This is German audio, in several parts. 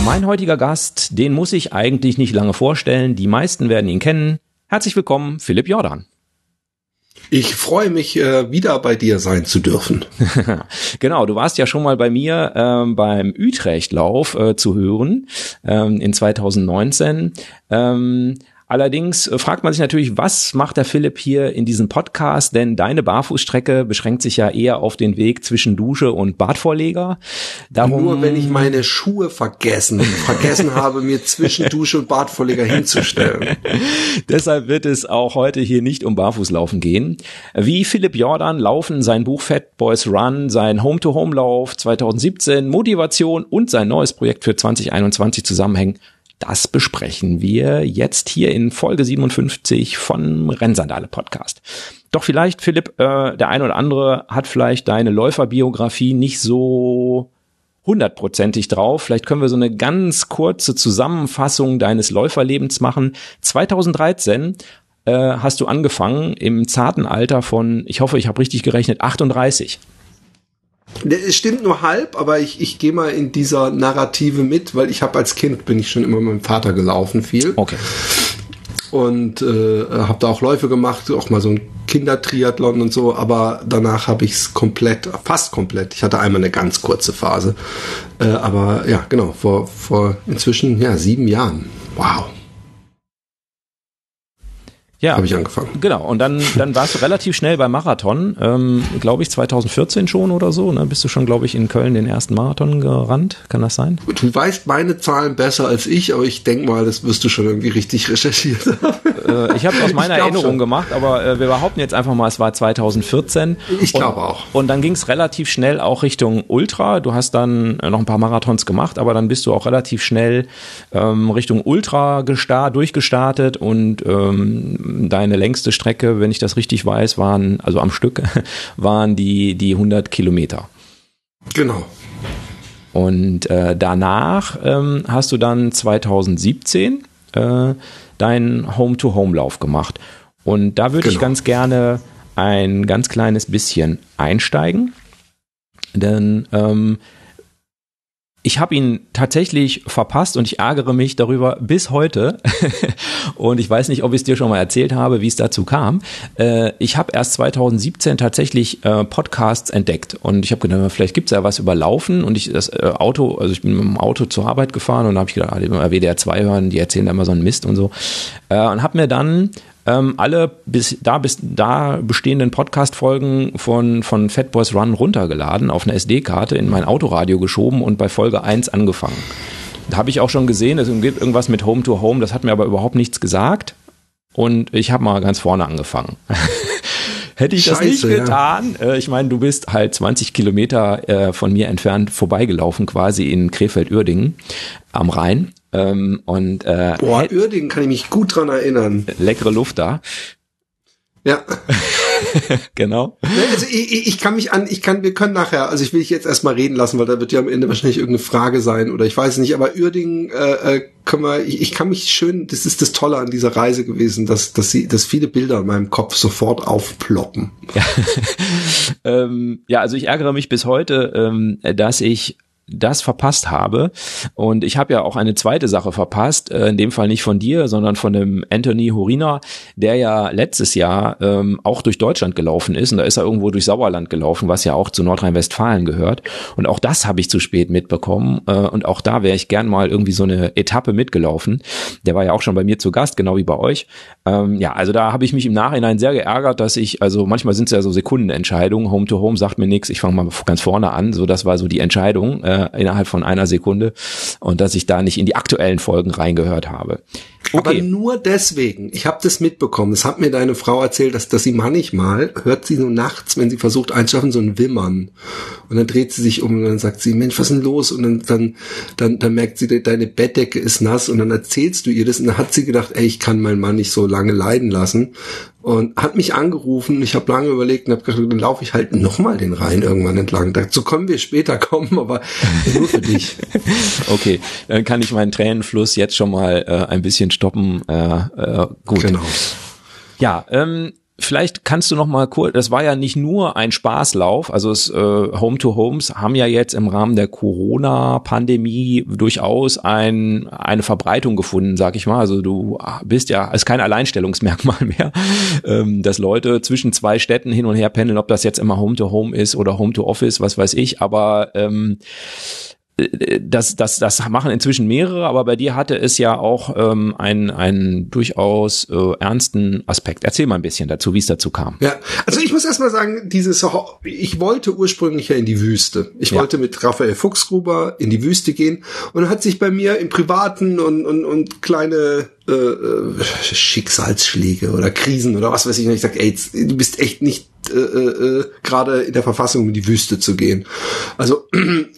Mein heutiger Gast, den muss ich eigentlich nicht lange vorstellen. Die meisten werden ihn kennen. Herzlich willkommen, Philipp Jordan. Ich freue mich, wieder bei dir sein zu dürfen. Genau, du warst ja schon mal bei mir beim Utrecht-Lauf zu hören in 2019. Allerdings fragt man sich natürlich, was macht der Philipp hier in diesem Podcast? Denn deine Barfußstrecke beschränkt sich ja eher auf den Weg zwischen Dusche und Badvorleger. Darum, nur wenn ich meine Schuhe vergessen habe, mir zwischen Dusche und Badvorleger hinzustellen. Deshalb wird es auch heute hier nicht um Barfußlaufen gehen. Wie Philipp Jordan Laufen, sein Buch Fat Boys Run, sein Home-to-Home-Lauf 2017, Motivation und sein neues Projekt für 2021 zusammenhängen, das besprechen wir jetzt hier in Folge 57 von Rennsandale Podcast. Doch vielleicht, Philipp, der ein oder andere hat vielleicht deine Läuferbiografie nicht so 100%ig drauf. Vielleicht können wir so eine ganz kurze Zusammenfassung deines Läuferlebens machen. 2013 hast du angefangen im zarten Alter von, ich hoffe, ich habe richtig gerechnet, 38. Es stimmt nur halb, aber ich gehe mal in dieser Narrative mit, weil ich habe als Kind, bin ich schon immer mit meinem Vater gelaufen viel. Okay. Und habe da auch Läufe gemacht, auch mal so ein Kindertriathlon und so, aber danach habe ich es fast komplett. Ich hatte einmal eine ganz kurze Phase. Aber ja, genau, vor inzwischen 7 Jahren. Wow. Ja, habe ich angefangen. Genau, und dann warst du relativ schnell beim Marathon, glaube ich 2014 schon oder so, ne? Bist du schon, glaube ich, in Köln den ersten Marathon gerannt, kann das sein? Du weißt meine Zahlen besser als ich, aber ich denke mal, das wirst du schon irgendwie richtig recherchiert haben. Ich habe es aus meiner Erinnerung schon gemacht, aber wir behaupten jetzt einfach mal, es war 2014. Ich glaube auch. Und dann ging es relativ schnell auch Richtung Ultra. Du hast dann noch ein paar Marathons gemacht, aber dann bist du auch relativ schnell Richtung Ultra durchgestartet und deine längste Strecke, wenn ich das richtig weiß, waren, also am Stück, waren die 100 Kilometer. Genau. Und danach hast du dann 2017 deinen Home-to-Home-Lauf gemacht. Und da würde ich ganz gerne ein ganz kleines bisschen einsteigen, denn ich habe ihn tatsächlich verpasst und ich ärgere mich darüber bis heute. Und ich weiß nicht, ob ich es dir schon mal erzählt habe, wie es dazu kam. Ich habe erst 2017 tatsächlich Podcasts entdeckt und ich habe gedacht, vielleicht gibt es ja was über Laufen und ich bin mit dem Auto zur Arbeit gefahren und da habe ich gedacht, WDR 2 hören, die erzählen da immer so einen Mist und so. Und habe mir dann alle bis da bestehenden Podcast-Folgen von Fat Boys Run runtergeladen, auf eine SD-Karte in mein Autoradio geschoben und bei Folge 1 angefangen. Da habe ich auch schon gesehen, es gibt irgendwas mit Home to Home, das hat mir aber überhaupt nichts gesagt und ich habe mal ganz vorne angefangen. Hätte ich das nicht getan, ich meine, du bist halt 20 Kilometer von mir entfernt vorbeigelaufen, quasi in Krefeld-Uerdingen am Rhein. Uerdingen kann ich mich gut dran erinnern. Leckere Luft da. Ja. Genau. Also wir können nachher, also ich will dich jetzt erstmal reden lassen, weil da wird ja am Ende wahrscheinlich irgendeine Frage sein oder ich weiß nicht, aber Uerdingen ich kann mich schön, das ist das Tolle an dieser Reise gewesen, dass viele Bilder in meinem Kopf sofort aufploppen. Ja, also ich ärgere mich bis heute, dass ich das verpasst habe. Und ich habe ja auch eine zweite Sache verpasst, in dem Fall nicht von dir, sondern von dem Anthony Horina, der ja letztes Jahr auch durch Deutschland gelaufen ist. Und da ist er irgendwo durch Sauerland gelaufen, was ja auch zu Nordrhein-Westfalen gehört. Und auch das habe ich zu spät mitbekommen. Und auch da wäre ich gern mal irgendwie so eine Etappe mitgelaufen. Der war ja auch schon bei mir zu Gast, genau wie bei euch. Ja, also da habe ich mich im Nachhinein sehr geärgert, dass also manchmal sind es ja so Sekundenentscheidungen. Home to Home sagt mir nichts, ich fange mal ganz vorne an. So, das war so die Entscheidung innerhalb von einer Sekunde und dass ich da nicht in die aktuellen Folgen reingehört habe. Okay. Aber nur deswegen, ich habe das mitbekommen, das hat mir deine Frau erzählt, dass sie manchmal hört sie so nachts, wenn sie versucht einzuschlafen, so ein Wimmern und dann dreht sie sich um und dann sagt sie, Mensch, was ist denn los? Und dann merkt sie, deine Bettdecke ist nass und dann erzählst du ihr das und dann hat sie gedacht, ich kann meinen Mann nicht so lange leiden lassen und hat mich angerufen. Ich habe lange überlegt und habe gedacht, dann laufe ich halt nochmal den Rhein irgendwann entlang. Dazu können wir später kommen, aber nur für dich. Okay, dann kann ich meinen Tränenfluss jetzt schon mal ein bisschen stoppen. Gut. Genau. Ja, Vielleicht kannst du noch mal kurz, das war ja nicht nur ein Spaßlauf, also Home-to-Homes haben ja jetzt im Rahmen der Corona-Pandemie durchaus eine Verbreitung gefunden, sag ich mal. Also du bist ja, ist kein Alleinstellungsmerkmal mehr, dass Leute zwischen zwei Städten hin und her pendeln, ob das jetzt immer Home-to-Home ist oder Home-to-Office, was weiß ich, aber das machen inzwischen mehrere, aber bei dir hatte es ja auch einen durchaus ernsten Aspekt. Erzähl mal ein bisschen dazu, wie es dazu kam. Ja, also ich muss erst mal sagen, ich wollte ursprünglich ja in die Wüste. Ich wollte mit Raphael Fuchsgruber in die Wüste gehen und hat sich bei mir im Privaten und kleine Schicksalsschläge oder Krisen oder was weiß ich nicht. Ich sag, ey, du bist echt nicht gerade in der Verfassung, um in die Wüste zu gehen. Also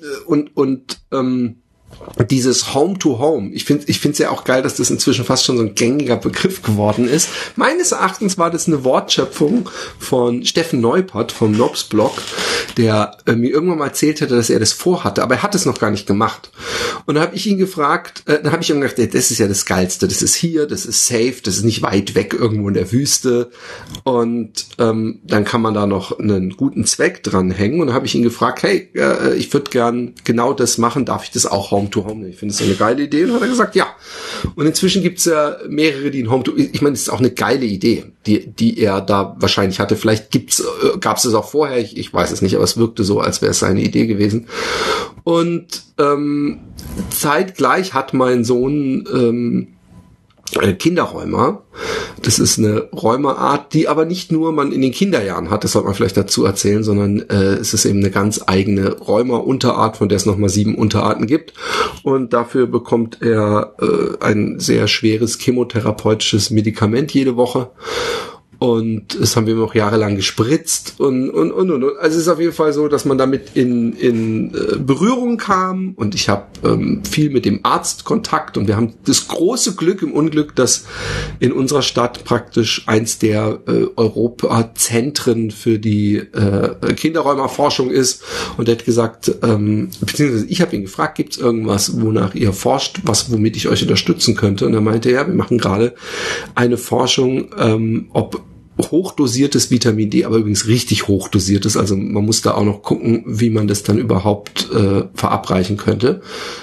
dieses Home-to-Home, ich finde es ja auch geil, dass das inzwischen fast schon so ein gängiger Begriff geworden ist. Meines Erachtens war das eine Wortschöpfung von Steffen Neupert vom Nobs-Blog, der mir irgendwann mal erzählt hatte, dass er das vorhatte, aber er hat es noch gar nicht gemacht. Und dann habe ich ihn gefragt, dann habe ich ihm gedacht, das ist ja das Geilste, das ist hier, das ist safe, das ist nicht weit weg irgendwo in der Wüste und dann kann man da noch einen guten Zweck dran hängen und dann habe ich ihn gefragt, hey, ich würde gern genau das machen, darf ich das auch Home-to-Home? Ich finde es eine geile Idee und hat er gesagt, ja. Und inzwischen gibt es ja mehrere, die ein Home-to-Home, ich meine, das ist auch eine geile Idee, die er da wahrscheinlich hatte. Vielleicht gab es das auch vorher, ich weiß es nicht, aber es wirkte so, als wäre es seine Idee gewesen. Und zeitgleich hat mein Sohn Kinderräumer. Das ist eine Räumerart, die aber nicht nur man in den Kinderjahren hat, das sollte man vielleicht dazu erzählen, sondern es ist eben eine ganz eigene Räumerunterart, von der es nochmal 7 Unterarten gibt. Und dafür bekommt er ein sehr schweres chemotherapeutisches Medikament jede Woche. Und das haben wir ihm auch jahrelang gespritzt und. Also es ist auf jeden Fall so, dass man damit in Berührung kam und ich habe viel mit dem Arzt Kontakt und wir haben das große Glück im Unglück, dass in unserer Stadt praktisch eins der Europazentren für die Kinderräumerforschung ist und er hat gesagt, beziehungsweise ich habe ihn gefragt, gibt es irgendwas, wonach ihr forscht, womit ich euch unterstützen könnte? Und er meinte, ja, wir machen gerade eine Forschung, ob hochdosiertes Vitamin D, aber übrigens richtig hochdosiertes, also man muss da auch noch gucken, wie man das dann überhaupt verabreichen könnte,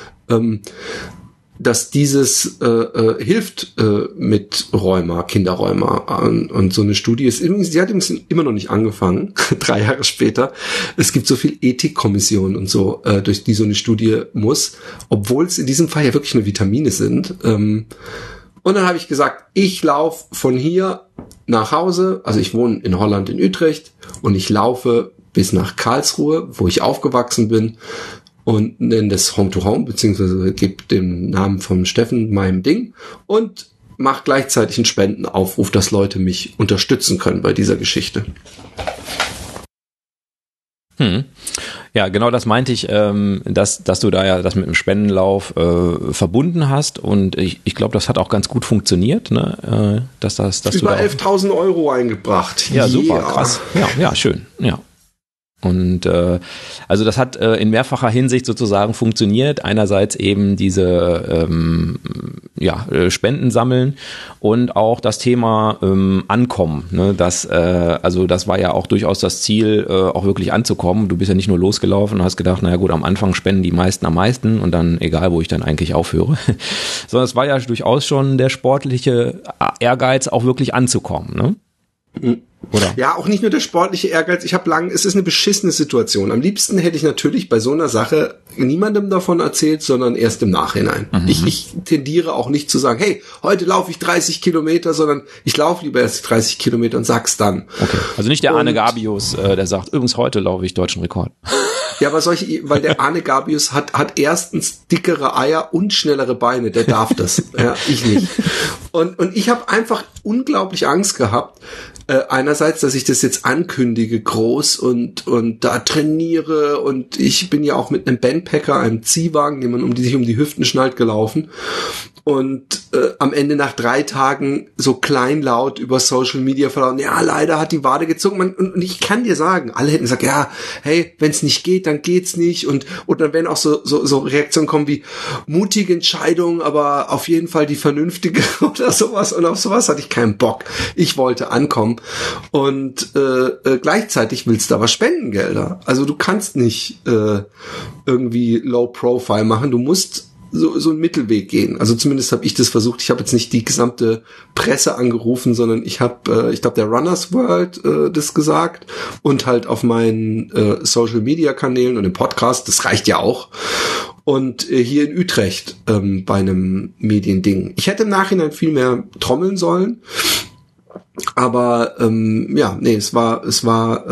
dass dieses hilft mit Rheuma, Kinderrheuma und so eine Studie ist übrigens, die hat übrigens immer noch nicht angefangen, 3 Jahre später. Es gibt so viel Ethikkommissionen und so, durch die so eine Studie muss, obwohl es in diesem Fall ja wirklich nur Vitamine sind. Und dann habe ich gesagt, ich laufe von hier nach Hause, also ich wohne in Holland in Utrecht und ich laufe bis nach Karlsruhe, wo ich aufgewachsen bin und nenne das Home-to-Home, beziehungsweise gebe den Namen vom Steffen meinem Ding und mache gleichzeitig einen Spendenaufruf, dass Leute mich unterstützen können bei dieser Geschichte. Ja, genau das meinte ich, dass du da ja das mit dem Spendenlauf verbunden hast und ich glaube, das hat auch ganz gut funktioniert, ne? Dass über 11.000 € eingebracht. Ja, super, krass. Ja, schön, ja. Und also das hat in mehrfacher Hinsicht sozusagen funktioniert. Einerseits eben diese Spenden sammeln und auch das Thema Ankommen. Ne? Also das war ja auch durchaus das Ziel, auch wirklich anzukommen. Du bist ja nicht nur losgelaufen und hast gedacht, naja gut, am Anfang spenden die meisten am meisten und dann egal, wo ich dann eigentlich aufhöre. Sondern es war ja durchaus schon der sportliche Ehrgeiz, auch wirklich anzukommen. Ne? Oder? Ja, auch nicht nur der sportliche Ehrgeiz. Es ist eine beschissene Situation. Am liebsten hätte ich natürlich bei so einer Sache niemandem davon erzählt, sondern erst im Nachhinein. Mhm. Ich tendiere auch nicht zu sagen, hey, heute laufe ich 30 Kilometer, sondern ich laufe lieber erst 30 Kilometer und sag's dann. Okay. Also nicht der Arne Gabius, der sagt, übrigens heute laufe ich deutschen Rekord. Ja, aber weil der Arne Gabius hat erstens dickere Eier und schnellere Beine, der darf das. Ja, ich nicht. Und ich habe einfach unglaublich Angst gehabt, einerseits, dass ich das jetzt ankündige, groß und da trainiere und ich bin ja auch mit einem Bandpacker, einem Ziehwagen, den man sich um die Hüften schnallt, gelaufen. und am Ende nach 3 Tagen so kleinlaut über Social Media verlauten, ja, leider hat die Wade gezogen. Und ich kann dir sagen, alle hätten gesagt, ja, hey, wenn es nicht geht, dann geht's nicht. Und dann werden auch so Reaktionen kommen wie mutige Entscheidung, aber auf jeden Fall die vernünftige oder sowas. Und auf sowas hatte ich keinen Bock. Ich wollte ankommen. Und gleichzeitig willst du aber Spendengelder. Also du kannst nicht irgendwie Low Profile machen. Du musst so einen Mittelweg gehen. Also zumindest habe ich das versucht. Ich habe jetzt nicht die gesamte Presse angerufen, sondern ich habe, ich glaube, der Runners World das gesagt und halt auf meinen Social Media Kanälen und im Podcast. Das reicht ja auch. Und hier in Utrecht bei einem Mediending. Ich hätte im Nachhinein viel mehr trommeln sollen. Aber es war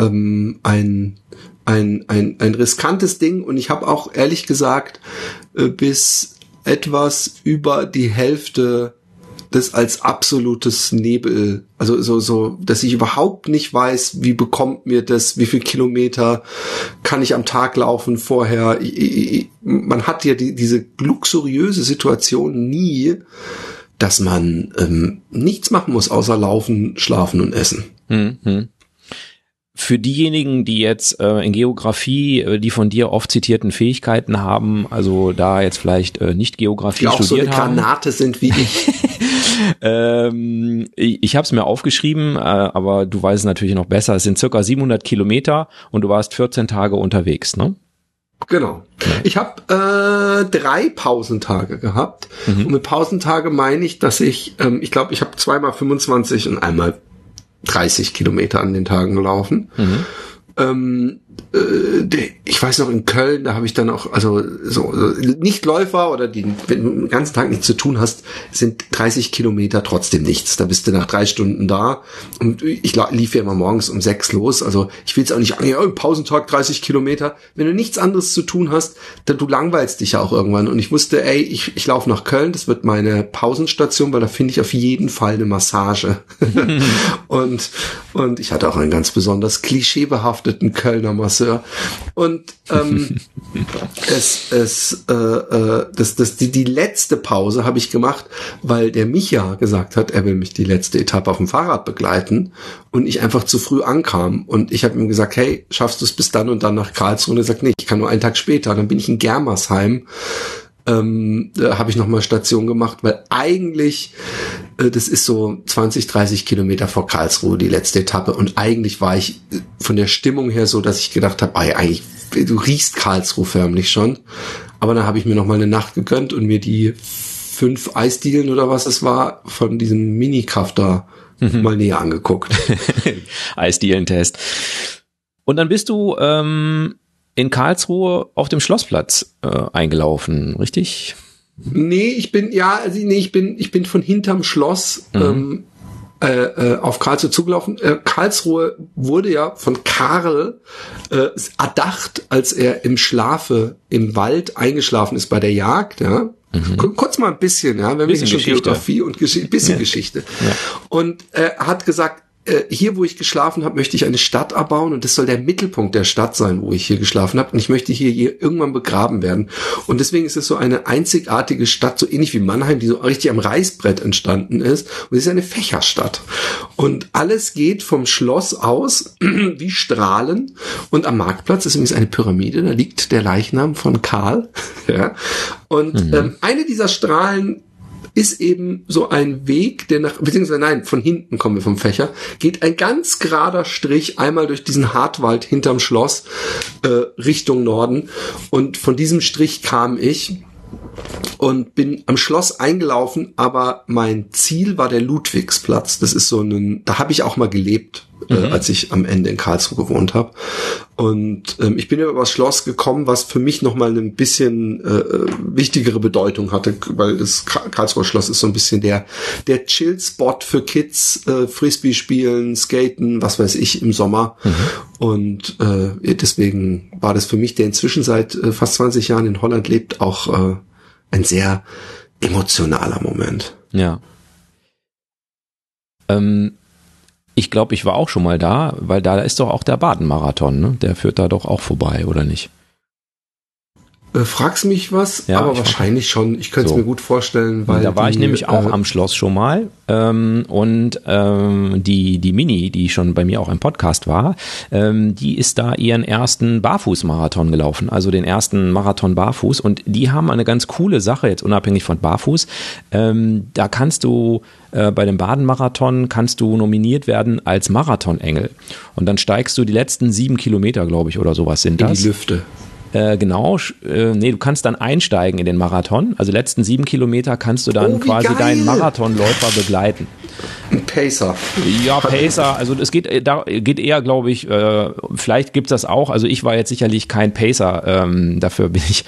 ein riskantes Ding und ich habe auch ehrlich gesagt bis etwas über die Hälfte das als absolutes Nebel, also so, dass ich überhaupt nicht weiß, wie bekommt mir das, wie viel Kilometer kann ich am Tag laufen vorher. Man hat ja diese luxuriöse Situation nie, dass man nichts machen muss, außer laufen, schlafen und essen. Mhm. Für diejenigen, die jetzt in Geografie die von dir oft zitierten Fähigkeiten haben, also da jetzt vielleicht nicht Geografie die studiert haben. Die auch so eine Granate sind wie ich. Ich habe es mir aufgeschrieben, aber du weißt es natürlich noch besser. Es sind circa 700 Kilometer und du warst 14 Tage unterwegs, ne? Genau. Ich habe 3 Pausentage gehabt. Und mit Pausentage meine ich, dass ich glaube, ich habe zweimal 25 und einmal 30 Kilometer an den Tagen gelaufen. Ich weiß noch, in Köln, da habe ich dann auch, also so Nichtläufer oder die, wenn du den ganzen Tag nichts zu tun hast, sind 30 Kilometer trotzdem nichts. Da bist du nach 3 Stunden da und ich lief ja immer morgens um 6 los, also ich will es auch nicht, Pausentag 30 Kilometer. Wenn du nichts anderes zu tun hast, dann du langweilst dich ja auch irgendwann und ich wusste, ich laufe nach Köln, das wird meine Pausenstation, weil da finde ich auf jeden Fall eine Massage. und ich hatte auch einen ganz besonders klischeebehafteten Kölner Masseur. Und die letzte Pause habe ich gemacht, weil der Micha gesagt hat, er will mich die letzte Etappe auf dem Fahrrad begleiten und ich einfach zu früh ankam. Und ich habe ihm gesagt, hey, schaffst du es bis dann und dann nach Karlsruhe? Und er sagt, nee, ich kann nur einen Tag später. Dann bin ich in Germersheim. Da habe ich nochmal Station gemacht, weil eigentlich, das ist so 20, 30 Kilometer vor Karlsruhe, die letzte Etappe. Und eigentlich war ich von der Stimmung her so, dass ich gedacht habe, eigentlich, du riechst Karlsruhe förmlich schon. Aber dann habe ich mir nochmal eine Nacht gegönnt und mir die 5 Eisdielen oder was es war, von diesem Mini-Kraft da mal näher angeguckt. Eisdielentest. Und dann bist du in Karlsruhe auf dem Schlossplatz eingelaufen, richtig? Nee, ich bin von hinterm Schloss auf Karlsruhe zugelaufen. Karlsruhe wurde ja von Karl erdacht, als er im Schlafe im Wald eingeschlafen ist bei der Jagd, ja. Kurz mal ein bisschen, ja, wenn wir schon Geografie und Geschichte. Ja. Und er hat gesagt, hier, wo ich geschlafen habe, möchte ich eine Stadt erbauen und das soll der Mittelpunkt der Stadt sein, wo ich hier geschlafen habe und ich möchte hier irgendwann begraben werden. Und deswegen ist es so eine einzigartige Stadt, so ähnlich wie Mannheim, die so richtig am Reißbrett entstanden ist. Und es ist eine Fächerstadt. Und alles geht vom Schloss aus wie Strahlen. Und am Marktplatz ist übrigens eine Pyramide, da liegt der Leichnam von Karl. Ja. Und eine dieser Strahlen ist eben so ein Weg, der von hinten kommen wir vom Fächer, geht ein ganz gerader Strich einmal durch diesen Hartwald hinterm Schloss Richtung Norden und von diesem Strich kam ich und bin am Schloss eingelaufen, aber mein Ziel war der Ludwigsplatz. Das ist da habe ich auch mal gelebt, als ich am Ende in Karlsruhe gewohnt habe. Und ich bin über das Schloss gekommen, was für mich nochmal ein bisschen wichtigere Bedeutung hatte, weil das Karlsruher Schloss ist so ein bisschen der Chill-Spot für Kids, Frisbee spielen, Skaten, was weiß ich, im Sommer. Und deswegen war das für mich, der inzwischen seit fast 20 Jahren in Holland lebt, auch ein sehr emotionaler Moment. Ja. Ich glaube, ich war auch schon mal da, weil da ist doch auch der Baden-Marathon, ne? Der führt da doch auch vorbei, oder nicht? fragst mich was, Ja, aber wahrscheinlich schon. Ich könnte es mir gut vorstellen, weil da war ich nämlich auch am Schloss schon mal und die Mini, die schon bei mir auch im Podcast war, die ist da ihren ersten Barfußmarathon gelaufen, also den ersten Marathon barfuß, und die haben eine ganz coole Sache, jetzt unabhängig von barfuß, da kannst du bei dem Baden-Marathon kannst du nominiert werden als Marathonengel, und dann steigst du die letzten 7 Kilometer, glaube ich, oder sowas sind das. In die Lüfte. Genau, du kannst dann einsteigen in den Marathon. Also letzten 7 Kilometer kannst du dann quasi deinen Marathonläufer begleiten. Ein Pacer. Ja, Pacer, also es geht eher, glaube ich, vielleicht gibt's das auch. Also ich war jetzt sicherlich kein Pacer, dafür bin ich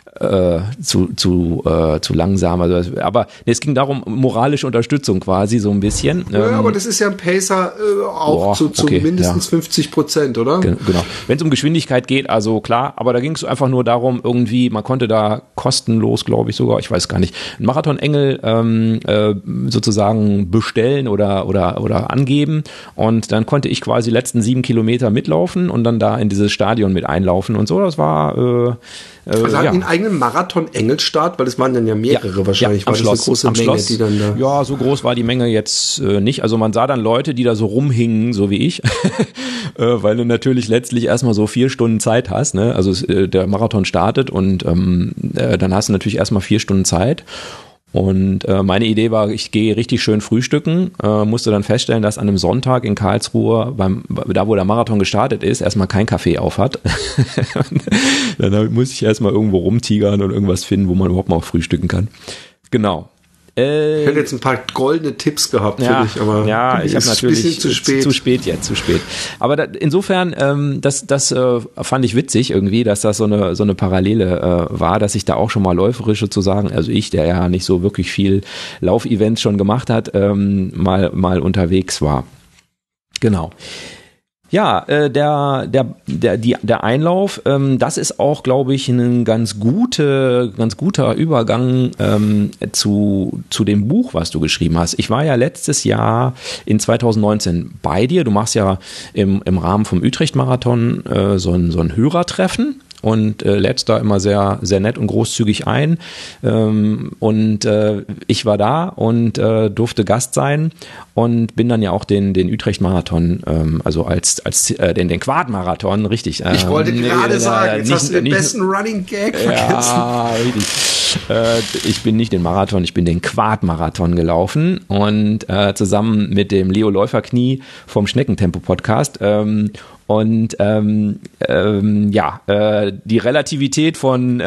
zu langsam. Also, aber nee, es ging darum, moralische Unterstützung quasi so ein bisschen. Ja, aber das ist ja ein Pacer auch zu mindestens 50%, oder? Genau. Wenn es um Geschwindigkeit geht, also klar, aber da ging es einfach nur darum, irgendwie, man konnte da kostenlos, glaube ich sogar, ich weiß gar nicht, einen Marathonengel sozusagen bestellen oder angeben, und dann konnte ich quasi die letzten 7 Kilometer mitlaufen und dann da in dieses Stadion mit einlaufen und so. Das war also hatten einen eigenen Marathon-Engelstart, weil es waren dann ja mehrere wahrscheinlich, am war Schloss, das eine große am Menge, Schloss, die dann da... Ja, so groß war die Menge jetzt nicht. Also man sah dann Leute, die da so rumhingen, so wie ich, weil du natürlich letztlich erstmal so 4 Stunden Zeit hast, ne? Also der Marathon startet und dann hast du natürlich erstmal 4 Stunden Zeit. Und meine Idee war, ich gehe richtig schön frühstücken, musste dann feststellen, dass an einem Sonntag in Karlsruhe, da wo der Marathon gestartet ist, erstmal kein Café auf hat. Dann muss ich erstmal irgendwo rumtigern und irgendwas finden, wo man überhaupt mal frühstücken kann. Genau. Ich hätte jetzt ein paar goldene Tipps gehabt für dich, aber ja, ich habe natürlich ein bisschen zu spät. Aber insofern, das fand ich witzig irgendwie, dass das so eine Parallele war, dass ich da auch schon mal läuferisch sozusagen, also ich, der ja nicht so wirklich viel Laufevents schon gemacht hat, mal unterwegs war. Genau. Ja, der Einlauf, das ist auch, glaube ich, ein ganz guter Übergang zu dem Buch, was du geschrieben hast. Ich war ja letztes Jahr in 2019 bei dir. Du machst ja im Rahmen vom Utrecht-Marathon so ein Hörertreffen und lädst da immer sehr, sehr nett und großzügig ein. Und ich war da und durfte Gast sein und bin dann ja auch den Utrecht-Marathon, also als den Quad-Marathon, richtig. Ich wollte gerade sagen, jetzt hast du den besten Running Gag vergessen. Ja, richtig. Ich bin nicht den Marathon, ich bin den Quad-Marathon gelaufen und zusammen mit dem Leo Läuferknie vom Schneckentempo-Podcast. Und die Relativität von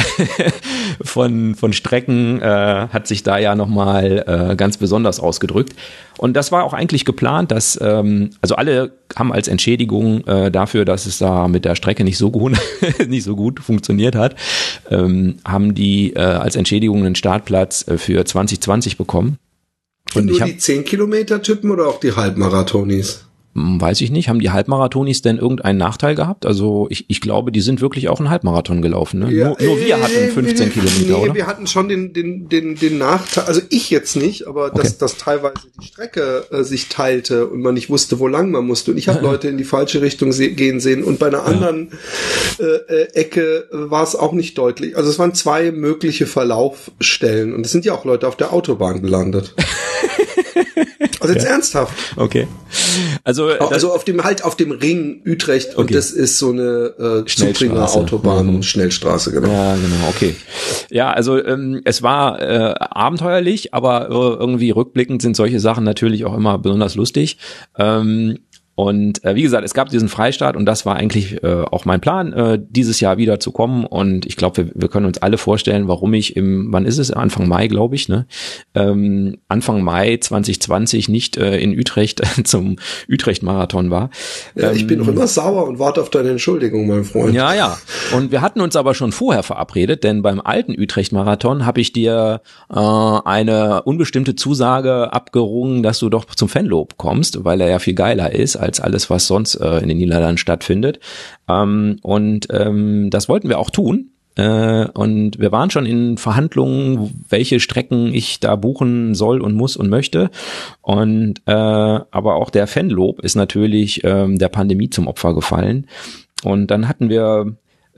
Strecken hat sich da ja nochmal ganz besonders ausgedrückt. Und das war auch eigentlich geplant, dass also alle haben als Entschädigung dafür, dass es da mit der Strecke nicht so gut funktioniert hat, haben die als Entschädigung einen Startplatz für 2020 bekommen. Und nur die 10-Kilometer-Typen oder auch die Halbmarathonis? Weiß ich nicht. Haben die Halbmarathonis denn irgendeinen Nachteil gehabt? Also ich glaube, die sind wirklich auch einen Halbmarathon gelaufen. Ne? Ja, nur wir hatten 15 Kilometer, oder? Wir hatten schon den Nachteil, also ich jetzt nicht, aber dass teilweise die Strecke sich teilte und man nicht wusste, wo lang man musste. Und ich habe Leute in die falsche Richtung gehen sehen und bei einer anderen Ecke war es auch nicht deutlich. Also es waren 2 mögliche Verlaufstellen und es sind ja auch Leute auf der Autobahn gelandet. Also jetzt ernsthaft. Okay. Also auf dem Ring Utrecht und das ist so eine Zubringer Autobahn Schnellstraße, genau. Ja, genau, okay. Ja, also es war abenteuerlich, aber irgendwie rückblickend sind solche Sachen natürlich auch immer besonders lustig. Und wie gesagt, es gab diesen Freistart und das war eigentlich auch mein Plan, dieses Jahr wieder zu kommen. Und ich glaube, wir können uns alle vorstellen, warum ich wann ist es? Anfang Mai, glaube ich, ne? Anfang Mai 2020 nicht in Utrecht zum Utrecht-Marathon war. Ja, ich bin noch immer sauer und warte auf deine Entschuldigung, mein Freund. Ja. Und wir hatten uns aber schon vorher verabredet, denn beim alten Utrecht-Marathon habe ich dir eine unbestimmte Zusage abgerungen, dass du doch zum Fanlob kommst, weil er ja viel geiler ist als alles, was sonst in den Niederlanden stattfindet. Und das wollten wir auch tun. Und wir waren schon in Verhandlungen, welche Strecken ich da buchen soll und muss und möchte. Und aber auch der Fanlob ist natürlich der Pandemie zum Opfer gefallen. Und dann hatten wir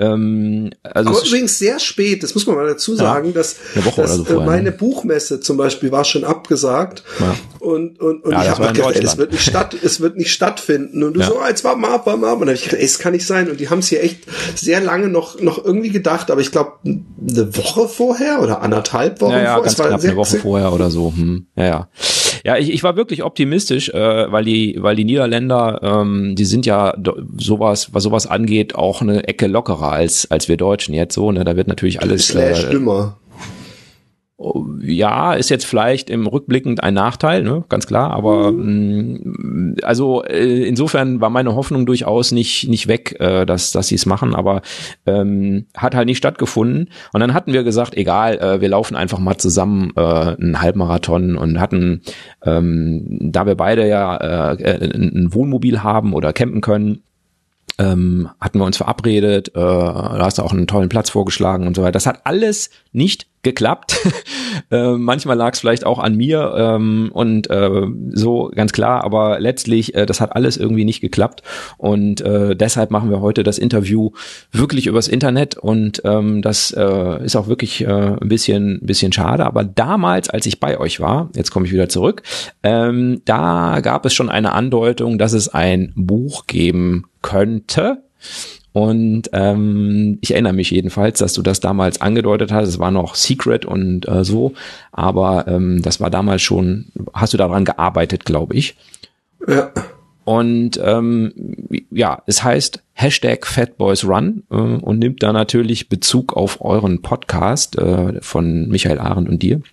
Aber übrigens sehr spät, das muss man mal dazu sagen, dass meine Buchmesse zum Beispiel war schon abgesagt und ich habe noch gedacht, es wird nicht stattfinden und du so, jetzt warten wir ab und dann habe ich gedacht, es kann nicht sein und die haben es hier echt sehr lange noch irgendwie gedacht, aber ich glaube eine Woche vorher oder anderthalb Wochen vorher. Ganz knapp eine Woche vorher oder so. Ja, ich war wirklich optimistisch, weil die Niederländer, die sind ja was sowas angeht, auch eine Ecke lockerer als wir Deutschen jetzt so, ne, da wird natürlich alles schlimmer. Ja, ist jetzt vielleicht im Rückblickend ein Nachteil, ne, ganz klar, aber also insofern war meine Hoffnung durchaus nicht weg, dass sie es machen, aber hat halt nicht stattgefunden und dann hatten wir gesagt, egal, wir laufen einfach mal zusammen einen Halbmarathon und hatten, da wir beide ja ein Wohnmobil haben oder campen können, hatten wir uns verabredet, da hast du auch einen tollen Platz vorgeschlagen und so weiter. Das hat alles nicht geklappt. Manchmal lag es vielleicht auch an mir und so, ganz klar, aber letztlich, das hat alles irgendwie nicht geklappt und deshalb machen wir heute das Interview wirklich übers Internet und das ist auch wirklich ein bisschen schade, aber damals, als ich bei euch war, jetzt komme ich wieder zurück, da gab es schon eine Andeutung, dass es ein Buch geben könnte. Und ich erinnere mich jedenfalls, dass du das damals angedeutet hast. Es war noch Secret und so, aber das war damals schon, hast du daran gearbeitet, glaube ich. Ja. Und es heißt #FatBoysRun und nimmt da natürlich Bezug auf euren Podcast von Michael Arendt und dir.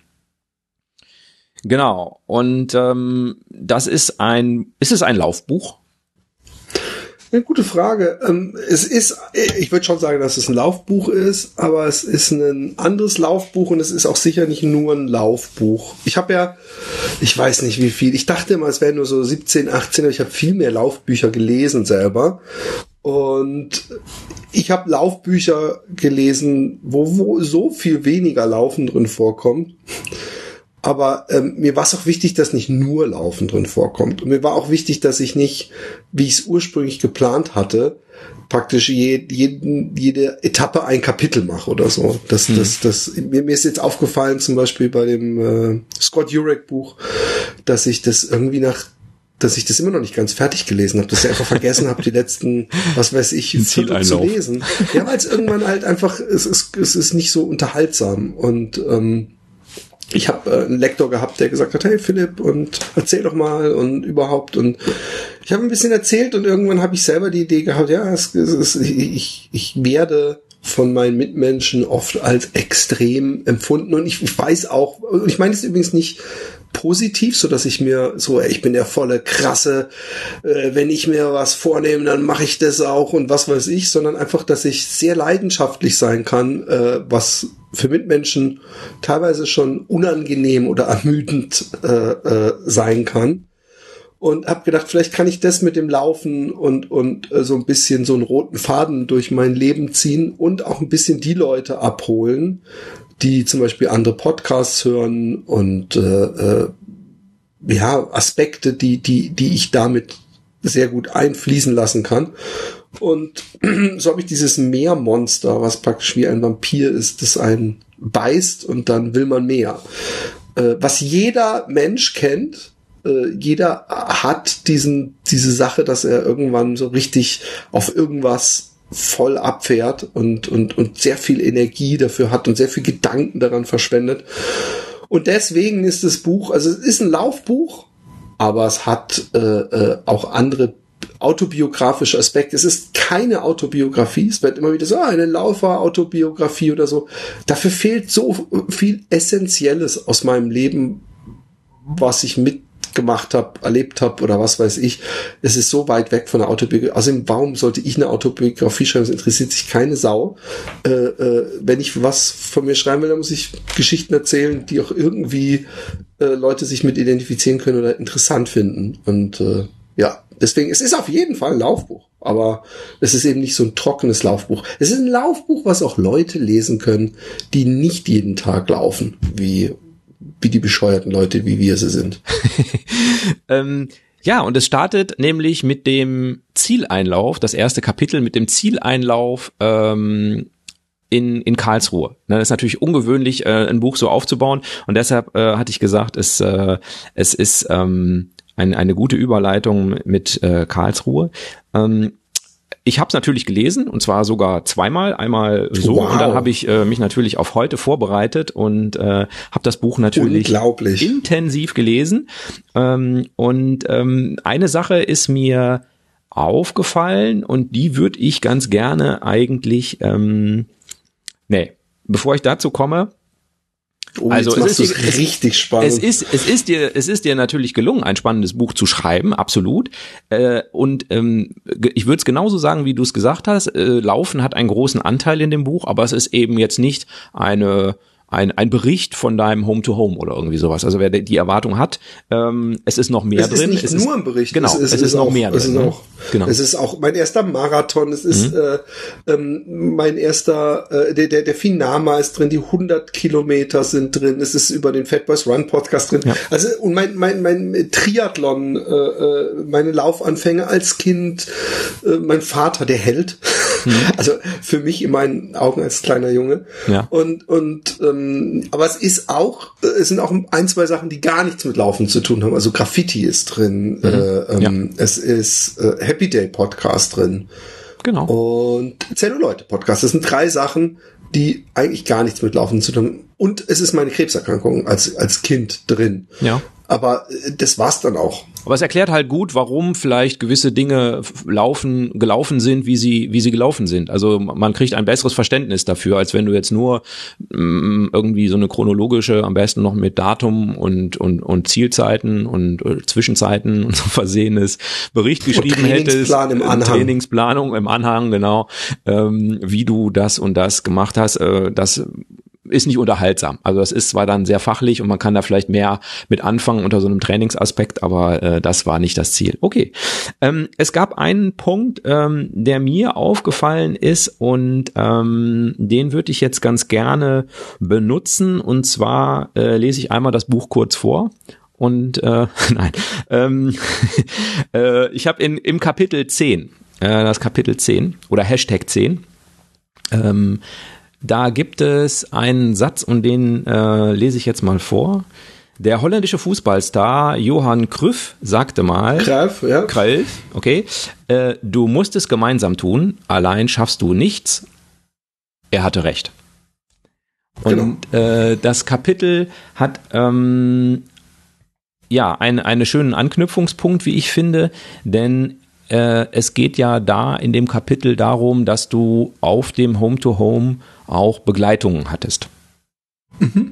Genau. Und das ist es ein Laufbuch? Eine gute Frage. Ich würde schon sagen, dass es ein Laufbuch ist, aber es ist ein anderes Laufbuch und es ist auch sicher nicht nur ein Laufbuch. Ich weiß nicht wie viel, ich dachte immer, es wären nur so 17, 18, aber ich habe viel mehr Laufbücher gelesen selber. Und ich habe Laufbücher gelesen, wo so viel weniger Laufen drin vorkommt. Aber mir war es auch wichtig, dass nicht nur Laufen drin vorkommt. Und mir war auch wichtig, dass ich nicht, wie ich es ursprünglich geplant hatte, praktisch jede Etappe ein Kapitel mache oder so. Mir ist jetzt aufgefallen, zum Beispiel bei dem Scott Jurek Buch, dass ich das immer noch nicht ganz fertig gelesen habe, dass ich einfach vergessen habe, die letzten, was weiß ich, Viertel zu lesen. Ja, weil es irgendwann halt einfach, es ist nicht so unterhaltsam und ich habe einen Lektor gehabt, der gesagt hat, hey Philipp, und erzähl doch mal und überhaupt. Und ich habe ein bisschen erzählt und irgendwann habe ich selber die Idee gehabt, ja, ich werde von meinen Mitmenschen oft als extrem empfunden und ich weiß auch, und ich meine es übrigens nicht positiv, so dass ich mir so, ich bin der volle krasse, wenn ich mir was vornehme, dann mache ich das auch und was weiß ich, sondern einfach, dass ich sehr leidenschaftlich sein kann, was für Mitmenschen teilweise schon unangenehm oder ermüdend sein kann. Und habe gedacht, vielleicht kann ich das mit dem Laufen und so ein bisschen so einen roten Faden durch mein Leben ziehen und auch ein bisschen die Leute abholen, die zum Beispiel andere Podcasts hören und Aspekte, die ich damit sehr gut einfließen lassen kann. Und so habe ich dieses Meermonster, was praktisch wie ein Vampir ist, das einen beißt und dann will man mehr. Was jeder Mensch kennt, jeder hat diese Sache, dass er irgendwann so richtig auf irgendwas voll abfährt und sehr viel Energie dafür hat und sehr viel Gedanken daran verschwendet. Und deswegen ist das Buch, also es ist ein Laufbuch, aber es hat auch andere autobiografische Aspekte. Es ist keine Autobiografie. Es wird immer wieder so, eine Laufer-Autobiografie oder so. Dafür fehlt so viel Essentielles aus meinem Leben, was ich mitgemacht habe, erlebt habe oder was weiß ich. Es ist so weit weg von der Autobiografie. Außerdem, warum sollte ich eine Autobiografie schreiben? Es interessiert sich keine Sau. Wenn ich was von mir schreiben will, dann muss ich Geschichten erzählen, die auch irgendwie Leute sich mit identifizieren können oder interessant finden. Und deswegen, es ist auf jeden Fall ein Laufbuch, aber es ist eben nicht so ein trockenes Laufbuch. Es ist ein Laufbuch, was auch Leute lesen können, die nicht jeden Tag laufen, wie die bescheuerten Leute, wie wir sie sind. Ja, und es startet nämlich mit dem Zieleinlauf, das erste Kapitel mit dem Zieleinlauf in Karlsruhe. Das ist natürlich ungewöhnlich, ein Buch so aufzubauen, und deshalb hatte ich gesagt, es ist eine gute Überleitung mit Karlsruhe. Ich habe es natürlich gelesen, und zwar sogar zweimal, einmal so, wow. Und dann habe ich mich natürlich auf heute vorbereitet und habe das Buch natürlich intensiv gelesen. Und eine Sache ist mir aufgefallen, und die würde ich ganz gerne eigentlich, bevor ich dazu komme, also es ist richtig spannend. Es ist dir natürlich gelungen, ein spannendes Buch zu schreiben, absolut. Und ich würde es genauso sagen, wie du es gesagt hast. Laufen hat einen großen Anteil in dem Buch, aber es ist eben jetzt nicht ein Bericht von deinem Home-to-Home oder irgendwie sowas. Also wer die Erwartung hat, es ist noch mehr drin. Es ist nicht nur ein Bericht. Genau, es ist noch mehr drin. Es ist auch mein erster Marathon. Es ist mein erster, der Finama ist drin, die 100 Kilometer sind drin. Es ist über den Fat Boys Run Podcast drin. Ja. Also und mein Triathlon, meine Laufanfänge als Kind, mein Vater, der Held. Also für mich in meinen Augen als kleiner Junge. Ja. Aber es sind auch ein, zwei Sachen, die gar nichts mit Laufen zu tun haben. Also Graffiti ist drin, es ist Happy Day Podcast drin. Genau. Und Zelluleute Podcast. Das sind 3 Sachen, die eigentlich gar nichts mit Laufen zu tun haben. Und es ist meine Krebserkrankung als Kind drin. Ja. Aber das war's dann auch. Aber es erklärt halt gut, warum vielleicht gewisse Dinge gelaufen sind, wie sie gelaufen sind. Also man kriegt ein besseres Verständnis dafür, als wenn du jetzt nur irgendwie so eine chronologische, am besten noch mit Datum und Zielzeiten und Zwischenzeiten und so versehenes Bericht geschrieben hättest. Trainingsplanung im Anhang, genau. Wie du das und das gemacht hast, das ist nicht unterhaltsam. Also das ist zwar dann sehr fachlich und man kann da vielleicht mehr mit anfangen unter so einem Trainingsaspekt, aber das war nicht das Ziel. Okay, es gab einen Punkt, der mir aufgefallen ist, und den würde ich jetzt ganz gerne benutzen, und zwar lese ich einmal das Buch kurz vor. Und ich habe im Kapitel 10, das Kapitel 10 oder Hashtag 10, da gibt es einen Satz, und den lese ich jetzt mal vor. Der holländische Fußballstar Johan Cruyff sagte mal, Cruyff, okay, du musst es gemeinsam tun, allein schaffst du nichts. Er hatte recht. Und das Kapitel hat einen schönen Anknüpfungspunkt, wie ich finde, denn es geht ja da in dem Kapitel darum, dass du auf dem Home-to-Home auch Begleitungen hattest. Mhm.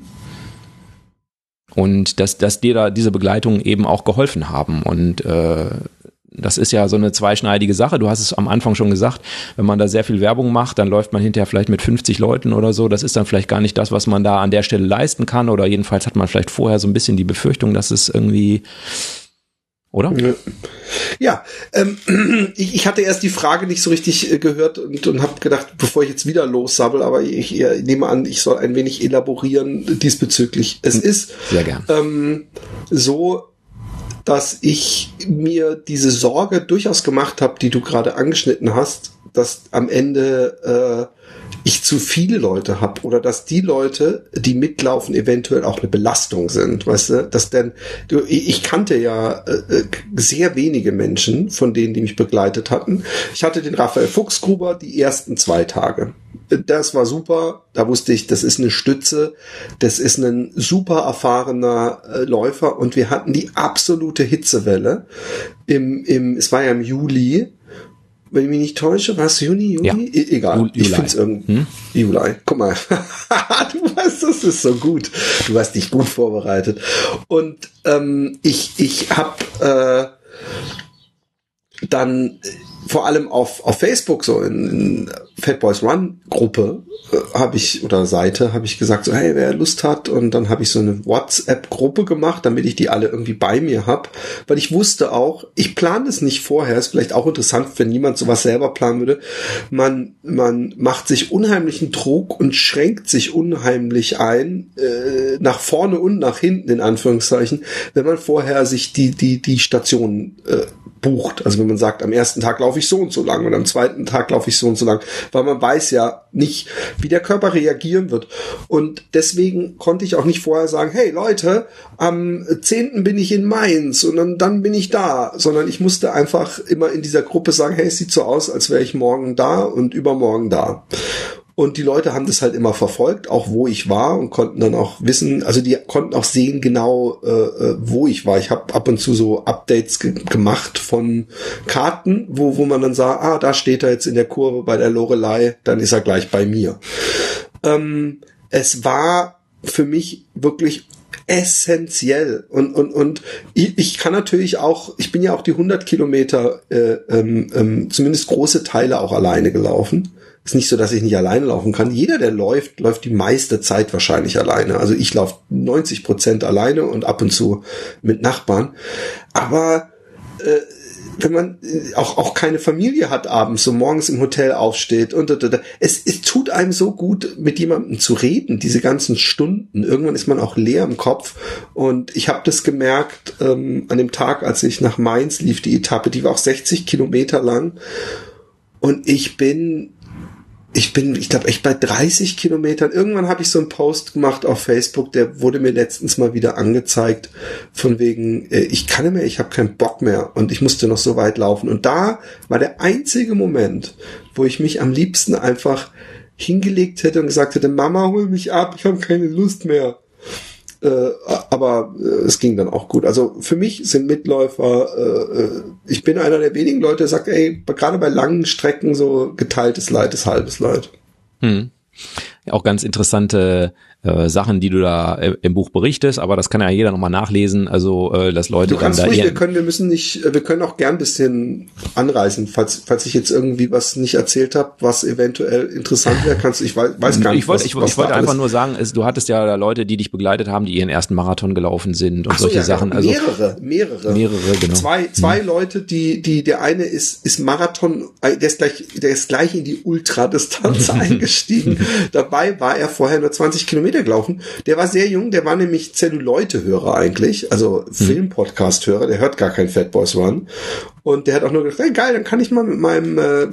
Und dass dir da diese Begleitungen eben auch geholfen haben. Und das ist ja so eine zweischneidige Sache. Du hast es am Anfang schon gesagt, wenn man da sehr viel Werbung macht, dann läuft man hinterher vielleicht mit 50 Leuten oder so. Das ist dann vielleicht gar nicht das, was man da an der Stelle leisten kann. Oder jedenfalls hat man vielleicht vorher so ein bisschen die Befürchtung, dass es irgendwie... Oder? Ja, ich hatte erst die Frage nicht so richtig gehört und habe gedacht, bevor ich jetzt wieder lossabbel, aber ich nehme an, ich soll ein wenig elaborieren diesbezüglich. Es ist sehr gern. So, dass ich mir diese Sorge durchaus gemacht habe, die du gerade angeschnitten hast, dass am Ende ich zu viele Leute habe oder dass die Leute, die mitlaufen, eventuell auch eine Belastung sind, weißt du, dass denn ich kannte ja sehr wenige Menschen von denen, die mich begleitet hatten. Ich hatte den Raphael Fuchsgruber die ersten 2 Tage. Das war super, da wusste ich, das ist eine Stütze, das ist ein super erfahrener Läufer, und wir hatten die absolute Hitzewelle es war ja im Juli. Wenn ich mich nicht täusche, war es Juni? Ja. Egal, ich finde es irgendwie Juli. Guck mal, du weißt, das ist so gut. Du hast dich gut vorbereitet. Und ich habe dann vor allem auf Facebook so Fat Boys Run Gruppe Seite habe ich gesagt, so hey, wer Lust hat, und dann habe ich so eine WhatsApp-Gruppe gemacht, damit ich die alle irgendwie bei mir habe, weil ich wusste auch, ich plane es nicht vorher, ist vielleicht auch interessant, wenn niemand sowas selber planen würde, man macht sich unheimlichen Druck und schränkt sich unheimlich ein, nach vorne und nach hinten in Anführungszeichen, wenn man vorher sich die Stationen bucht. Also wenn man sagt, am ersten Tag laufe ich so und so lang und am zweiten Tag laufe ich so und so lang, weil man weiß ja nicht, wie der Körper reagieren wird. Und deswegen konnte ich auch nicht vorher sagen, hey Leute, am 10. bin ich in Mainz und dann bin ich da, sondern ich musste einfach immer in dieser Gruppe sagen, hey, es sieht so aus, als wäre ich morgen da und übermorgen da. Und die Leute haben das halt immer verfolgt, auch wo ich war, und konnten dann auch wissen, also die konnten auch sehen genau, wo ich war. Ich habe ab und zu so Updates gemacht von Karten, wo man dann sah, da steht er jetzt in der Kurve bei der Loreley, dann ist er gleich bei mir. Es war für mich wirklich essentiell, und ich kann natürlich auch, ich bin ja auch die 100 Kilometer, zumindest große Teile auch alleine gelaufen. Ist nicht so, dass ich nicht alleine laufen kann. Jeder, der läuft die meiste Zeit wahrscheinlich alleine. Also ich laufe 90% alleine und ab und zu mit Nachbarn. Aber wenn man auch keine Familie hat abends, so morgens im Hotel aufsteht und es tut einem so gut, mit jemandem zu reden, diese ganzen Stunden. Irgendwann ist man auch leer im Kopf, und ich habe das gemerkt an dem Tag, als ich nach Mainz lief, die Etappe, die war auch 60 Kilometer lang, und ich glaube, echt bei 30 Kilometern. Irgendwann habe ich so einen Post gemacht auf Facebook, der wurde mir letztens mal wieder angezeigt, von wegen, ich kann nicht mehr, ich habe keinen Bock mehr und ich musste noch so weit laufen. Und da war der einzige Moment, wo ich mich am liebsten einfach hingelegt hätte und gesagt hätte, Mama, hol mich ab, ich habe keine Lust mehr. Aber es ging dann auch gut. Also für mich sind Mitläufer, ich bin einer der wenigen Leute, der sagt, ey, gerade bei langen Strecken so geteiltes Leid ist halbes Leid. Ja, auch ganz interessante Sachen, die du da im Buch berichtest, aber das kann ja jeder nochmal nachlesen, also dass Leute du kannst dann da ruhig, wir können auch gern ein bisschen anreißen, falls ich jetzt irgendwie was nicht erzählt habe, was eventuell interessant wäre, ich weiß gar nicht, ich wollte einfach nur sagen, du hattest ja Leute, die dich begleitet haben, die ihren ersten Marathon gelaufen sind und solche Sachen. Also mehrere, genau. Zwei Leute, der eine ist Marathon, der ist gleich in die Ultradistanz eingestiegen. Dabei war er vorher nur 20 Kilometer gelaufen. Der war sehr jung, der war nämlich Zelluleute-Hörer eigentlich, also Film-Podcast-Hörer, der hört gar kein Fat Boys Run. Und der hat auch nur gedacht, hey, geil, dann kann ich mal mit meinem,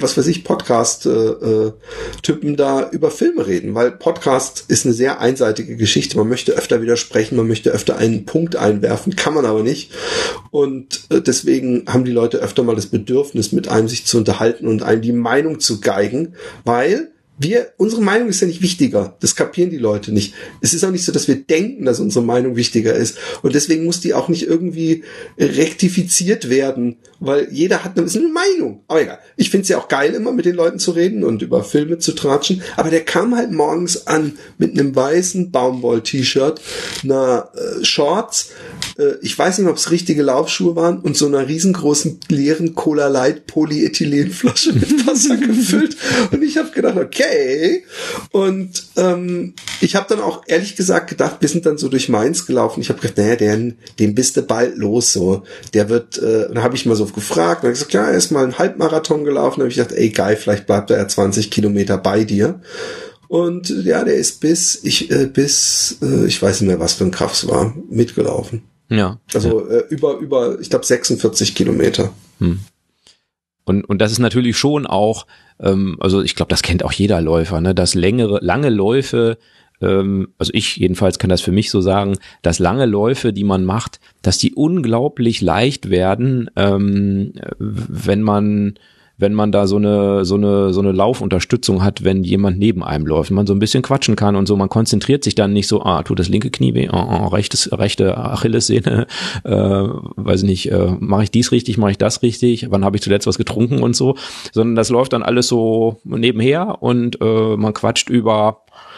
Podcast-Typen da über Filme reden, weil Podcast ist eine sehr einseitige Geschichte. Man möchte öfter widersprechen, man möchte öfter einen Punkt einwerfen, kann man aber nicht. Und deswegen haben die Leute öfter mal das Bedürfnis, mit einem sich zu unterhalten und einem die Meinung zu geigen, weil unsere Meinung ist ja nicht wichtiger. Das kapieren die Leute nicht. Es ist auch nicht so, dass wir denken, dass unsere Meinung wichtiger ist. Und deswegen muss die auch nicht irgendwie rektifiziert werden, weil jeder hat eine Meinung. Aber egal. Ich finde es ja auch geil, immer mit den Leuten zu reden und über Filme zu tratschen. Aber der kam halt morgens an mit einem weißen Baumwoll-T-Shirt, einer Shorts, ich weiß nicht, ob es richtige Laufschuhe waren, und so einer riesengroßen leeren Cola Light Polyethylenflasche mit Wasser gefüllt. Und ich habe gedacht, okay. Und ich habe dann auch ehrlich gesagt gedacht, wir sind dann so durch Mainz gelaufen. Ich habe gedacht, naja, den bist du bald los. So, der wird. Dann habe ich mal so gefragt. Dann habe ich gesagt, ja, er ist mal einen Halbmarathon gelaufen. Dann habe ich gedacht, ey geil, vielleicht bleibt er 20 Kilometer bei dir. Und ja, der ist ich weiß nicht mehr, was für ein Kraft es war, mitgelaufen. Ja. Also über, ich glaube 46 Kilometer. Und das ist natürlich schon auch, also ich glaube, das kennt auch jeder Läufer, ne, dass lange Läufe, also ich jedenfalls kann das für mich so sagen, dass lange Läufe, die man macht, dass die unglaublich leicht werden, wenn man da so eine Laufunterstützung hat, wenn jemand neben einem läuft, man so ein bisschen quatschen kann und so, man konzentriert sich dann nicht so, tut das linke Knie weh, rechte Achillessehne, weiß nicht, mache ich dies richtig, mache ich das richtig, wann habe ich zuletzt was getrunken und so, sondern das läuft dann alles so nebenher und man quatscht über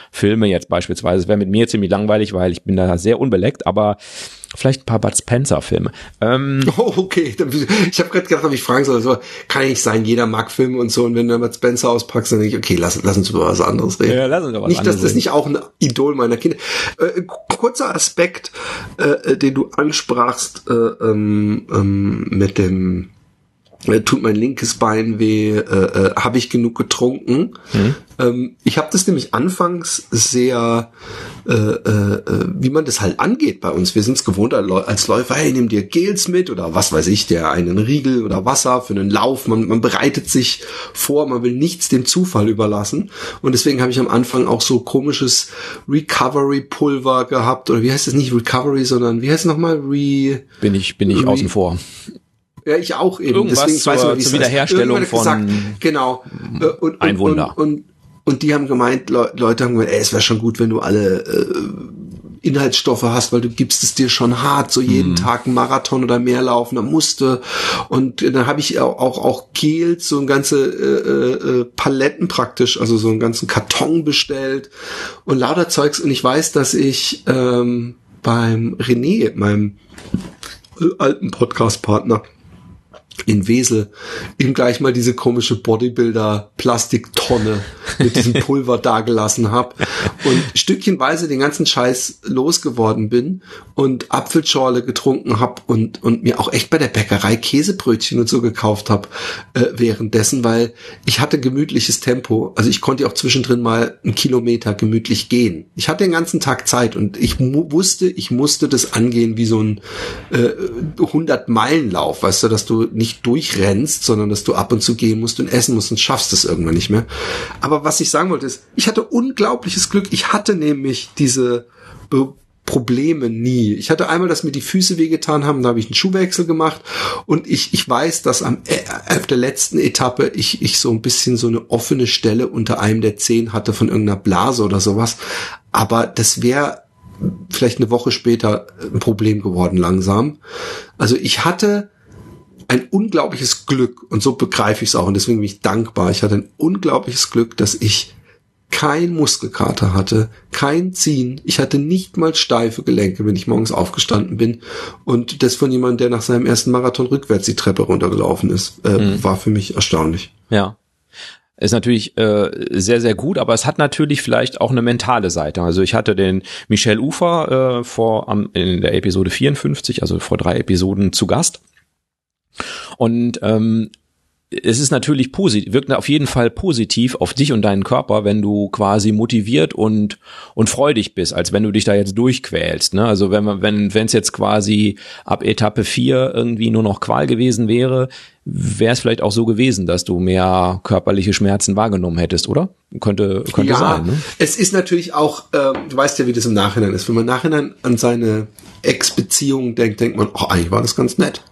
Filme jetzt beispielsweise. Es wäre mit mir ziemlich langweilig, weil ich bin da sehr unbeleckt, aber vielleicht ein paar Bud Spencer-Filme. Oh, okay. Ich habe gerade gedacht, ob ich fragen soll. So, kann ja nicht sein, jeder mag Filme und so. Und wenn du Bud Spencer auspackst, dann denke ich, okay, lass uns über was anderes reden. Ja, lass uns über was nicht, anderes dass das reden. nicht auch ein Idol meiner Kinder. Kurzer Aspekt, den du ansprachst mit dem tut mein linkes Bein weh, habe ich genug getrunken. Ich habe das nämlich anfangs sehr, wie man das halt angeht bei uns. Wir sind es gewohnt als Läufer, hey, nimm dir Gels mit oder was weiß ich, einen Riegel oder Wasser für einen Lauf. Man bereitet sich vor, man will nichts dem Zufall überlassen. Und deswegen habe ich am Anfang auch so komisches Recovery-Pulver gehabt. Oder wie heißt es nicht Recovery, sondern wie heißt es nochmal? Bin ich außen vor. Ja, ich auch eben. Irgendwas deswegen weiß ich, zur Wiederherstellung von gesagt, genau. ein Wunder. Und die haben gemeint, Leute haben gemeint, es wäre schon gut, wenn du alle Inhaltsstoffe hast, weil du gibst es dir schon hart, so jeden Tag einen Marathon oder mehr laufen, dann musste. Und dann habe ich auch Gels, so ein ganze Paletten praktisch, also so einen ganzen Karton bestellt und lauter Zeugs. Und ich weiß, dass ich beim René, meinem alten Podcast-Partner in Wesel, ihm gleich mal diese komische Bodybuilder-Plastiktonne mit diesem Pulver dagelassen habe und stückchenweise den ganzen Scheiß losgeworden bin und Apfelschorle getrunken habe und mir auch echt bei der Bäckerei Käsebrötchen und so gekauft habe währenddessen, weil ich hatte gemütliches Tempo. Also ich konnte auch zwischendrin mal 1 Kilometer gemütlich gehen. Ich hatte den ganzen Tag Zeit und ich wusste, ich musste das angehen wie so ein 100-Meilen-Lauf, weißt du, dass du nicht durchrennst, sondern dass du ab und zu gehen musst und essen musst und schaffst es irgendwann nicht mehr. Aber was ich sagen wollte ist, ich hatte unglaubliches Glück. Ich hatte nämlich diese Probleme nie. Ich hatte einmal, dass mir die Füße wehgetan haben, da habe ich einen Schuhwechsel gemacht und ich weiß, dass auf der letzten Etappe ich so ein bisschen so eine offene Stelle unter einem der Zehen hatte von irgendeiner Blase oder sowas. Aber das wäre vielleicht eine Woche später ein Problem geworden langsam. Also ich hatte ein unglaubliches Glück und so begreife ich es auch und deswegen bin ich dankbar. Ich hatte ein unglaubliches Glück, dass ich kein Muskelkater hatte, kein Ziehen. Ich hatte nicht mal steife Gelenke, wenn ich morgens aufgestanden bin und das von jemandem, der nach seinem ersten Marathon rückwärts die Treppe runtergelaufen ist, war für mich erstaunlich. Ja. Ist natürlich sehr, sehr gut, aber es hat natürlich vielleicht auch eine mentale Seite. Also ich hatte den Michel Ufer in der Episode 54, also vor 3 Episoden zu Gast. Und es ist natürlich positiv, wirkt auf jeden Fall positiv auf dich und deinen Körper, wenn du quasi motiviert und freudig bist, als wenn du dich da jetzt durchquälst, ne? Also wenn es jetzt quasi ab Etappe 4 irgendwie nur noch Qual gewesen wäre, wäre es vielleicht auch so gewesen, dass du mehr körperliche Schmerzen wahrgenommen hättest, oder? Könnte ja, sein, ne? Es ist natürlich auch, du weißt ja, wie das im Nachhinein ist. Wenn man im Nachhinein an seine Ex-Beziehung denkt man, eigentlich war das ganz nett.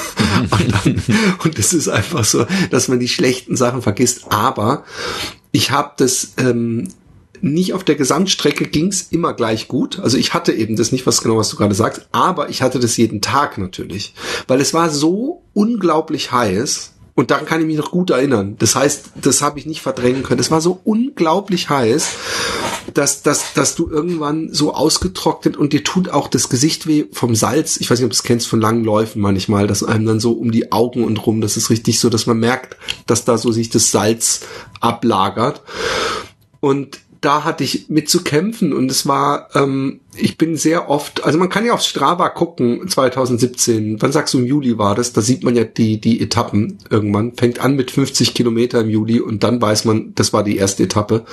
Und es ist einfach so, dass man die schlechten Sachen vergisst. Aber ich habe das nicht auf der Gesamtstrecke ging's immer gleich gut. Also ich hatte eben das nicht, was du gerade sagst, aber ich hatte das jeden Tag natürlich. Weil es war so unglaublich heiß. Und daran kann ich mich noch gut erinnern. Das heißt, das habe ich nicht verdrängen können. Es war so unglaublich heiß, dass du irgendwann so ausgetrocknet und dir tut auch das Gesicht weh vom Salz. Ich weiß nicht, ob du es kennst von langen Läufen manchmal, dass einem dann so um die Augen und rum, das ist richtig so, dass man merkt, dass da so sich das Salz ablagert. Und da hatte ich mit zu kämpfen und es war, ich bin sehr oft, also man kann ja auf Strava gucken, 2017, wann sagst du, im Juli war das, da sieht man ja die Etappen irgendwann, fängt an mit 50 Kilometer im Juli und dann weiß man, das war die erste Etappe,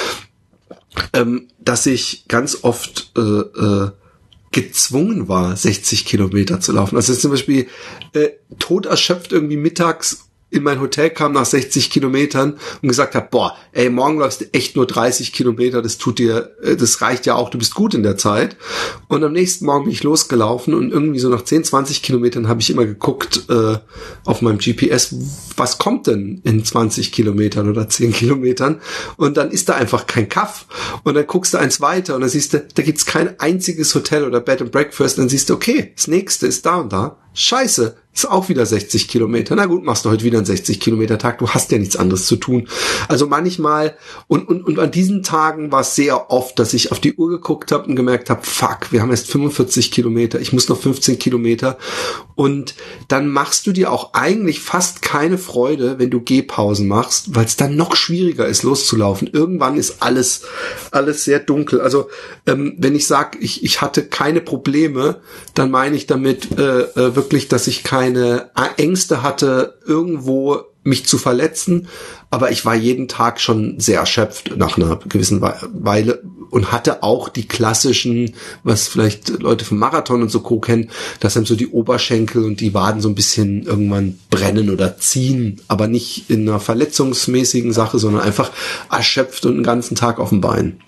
dass ich ganz oft gezwungen war, 60 Kilometer zu laufen. Also zum Beispiel toderschöpft irgendwie mittags in mein Hotel kam nach 60 Kilometern und gesagt hat, boah, ey, morgen läufst du echt nur 30 Kilometer, das reicht ja auch, du bist gut in der Zeit. Und am nächsten Morgen bin ich losgelaufen und irgendwie so nach 10, 20 Kilometern habe ich immer geguckt auf meinem GPS, was kommt denn in 20 Kilometern oder 10 Kilometern? Und dann ist da einfach kein Kaff. Und dann guckst du eins weiter und dann siehst du, da gibt's kein einziges Hotel oder Bed and Breakfast. Und dann siehst du, okay, das nächste ist da und da. scheiße, ist auch wieder 60 Kilometer. Na gut, machst du heute wieder einen 60-Kilometer-Tag. Du hast ja nichts anderes zu tun. Also manchmal, und an diesen Tagen war es sehr oft, dass ich auf die Uhr geguckt habe und gemerkt habe, fuck, wir haben erst 45 Kilometer, ich muss noch 15 Kilometer. Und dann machst du dir auch eigentlich fast keine Freude, wenn du Gehpausen machst, weil es dann noch schwieriger ist, loszulaufen. Irgendwann ist alles sehr dunkel. Also wenn ich sage, ich hatte keine Probleme, dann meine ich damit wirklich, dass ich keine Ängste hatte, irgendwo mich zu verletzen, aber ich war jeden Tag schon sehr erschöpft nach einer gewissen Weile und hatte auch die klassischen, was vielleicht Leute vom Marathon und so kennen, dass einem so die Oberschenkel und die Waden so ein bisschen irgendwann brennen oder ziehen, aber nicht in einer verletzungsmäßigen Sache, sondern einfach erschöpft und den ganzen Tag auf dem Bein.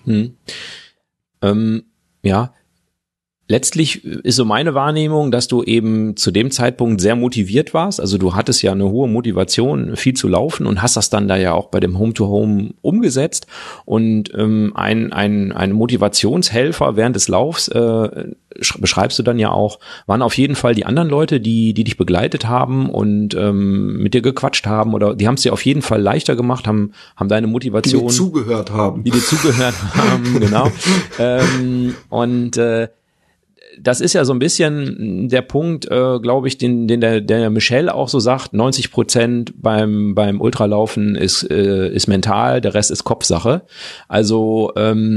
Ja. Letztlich ist so meine Wahrnehmung, dass du eben zu dem Zeitpunkt sehr motiviert warst. Also du hattest ja eine hohe Motivation, viel zu laufen und hast das dann da ja auch bei dem Home-to-Home umgesetzt. Und ein Motivationshelfer während des Laufs, beschreibst du dann ja auch, waren auf jeden Fall die anderen Leute, die dich begleitet haben und mit dir gequatscht haben oder die haben es dir auf jeden Fall leichter gemacht, haben deine Motivation. Die dir zugehört haben. Die dir zugehört haben, genau. Das ist ja so ein bisschen der Punkt, glaube ich, den der Michel auch so sagt, 90% beim Ultralaufen ist mental, der Rest ist Kopfsache. Also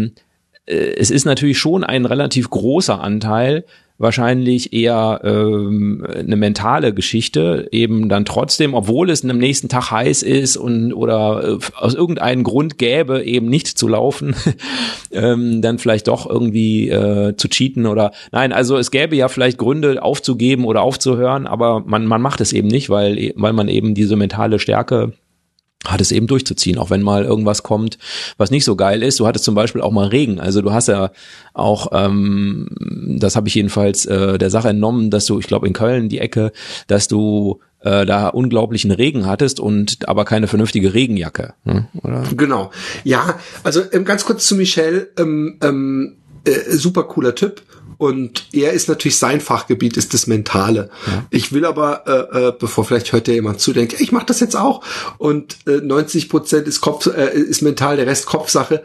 es ist natürlich schon ein relativ großer Anteil, wahrscheinlich eher eine mentale Geschichte, eben dann trotzdem, obwohl es am nächsten Tag heiß ist oder aus irgendeinem Grund gäbe, eben nicht zu laufen, dann vielleicht doch irgendwie zu cheaten oder nein, also es gäbe ja vielleicht Gründe aufzugeben oder aufzuhören, aber man macht es eben nicht, weil man eben diese mentale Stärke hat es eben durchzuziehen, auch wenn mal irgendwas kommt, was nicht so geil ist. Du hattest zum Beispiel auch mal Regen, also du hast ja auch, das habe ich jedenfalls der Sache entnommen, dass du, ich glaube in Köln die Ecke, dass du da unglaublichen Regen hattest und aber keine vernünftige Regenjacke, oder? Genau, ja, also ganz kurz zu Michel, super cooler Typ. Und er ist natürlich, sein Fachgebiet ist das Mentale. Ja. Ich will aber, bevor vielleicht hört ja jemand zu, denke, ich mache das jetzt auch. Und 90% ist mental, der Rest Kopfsache.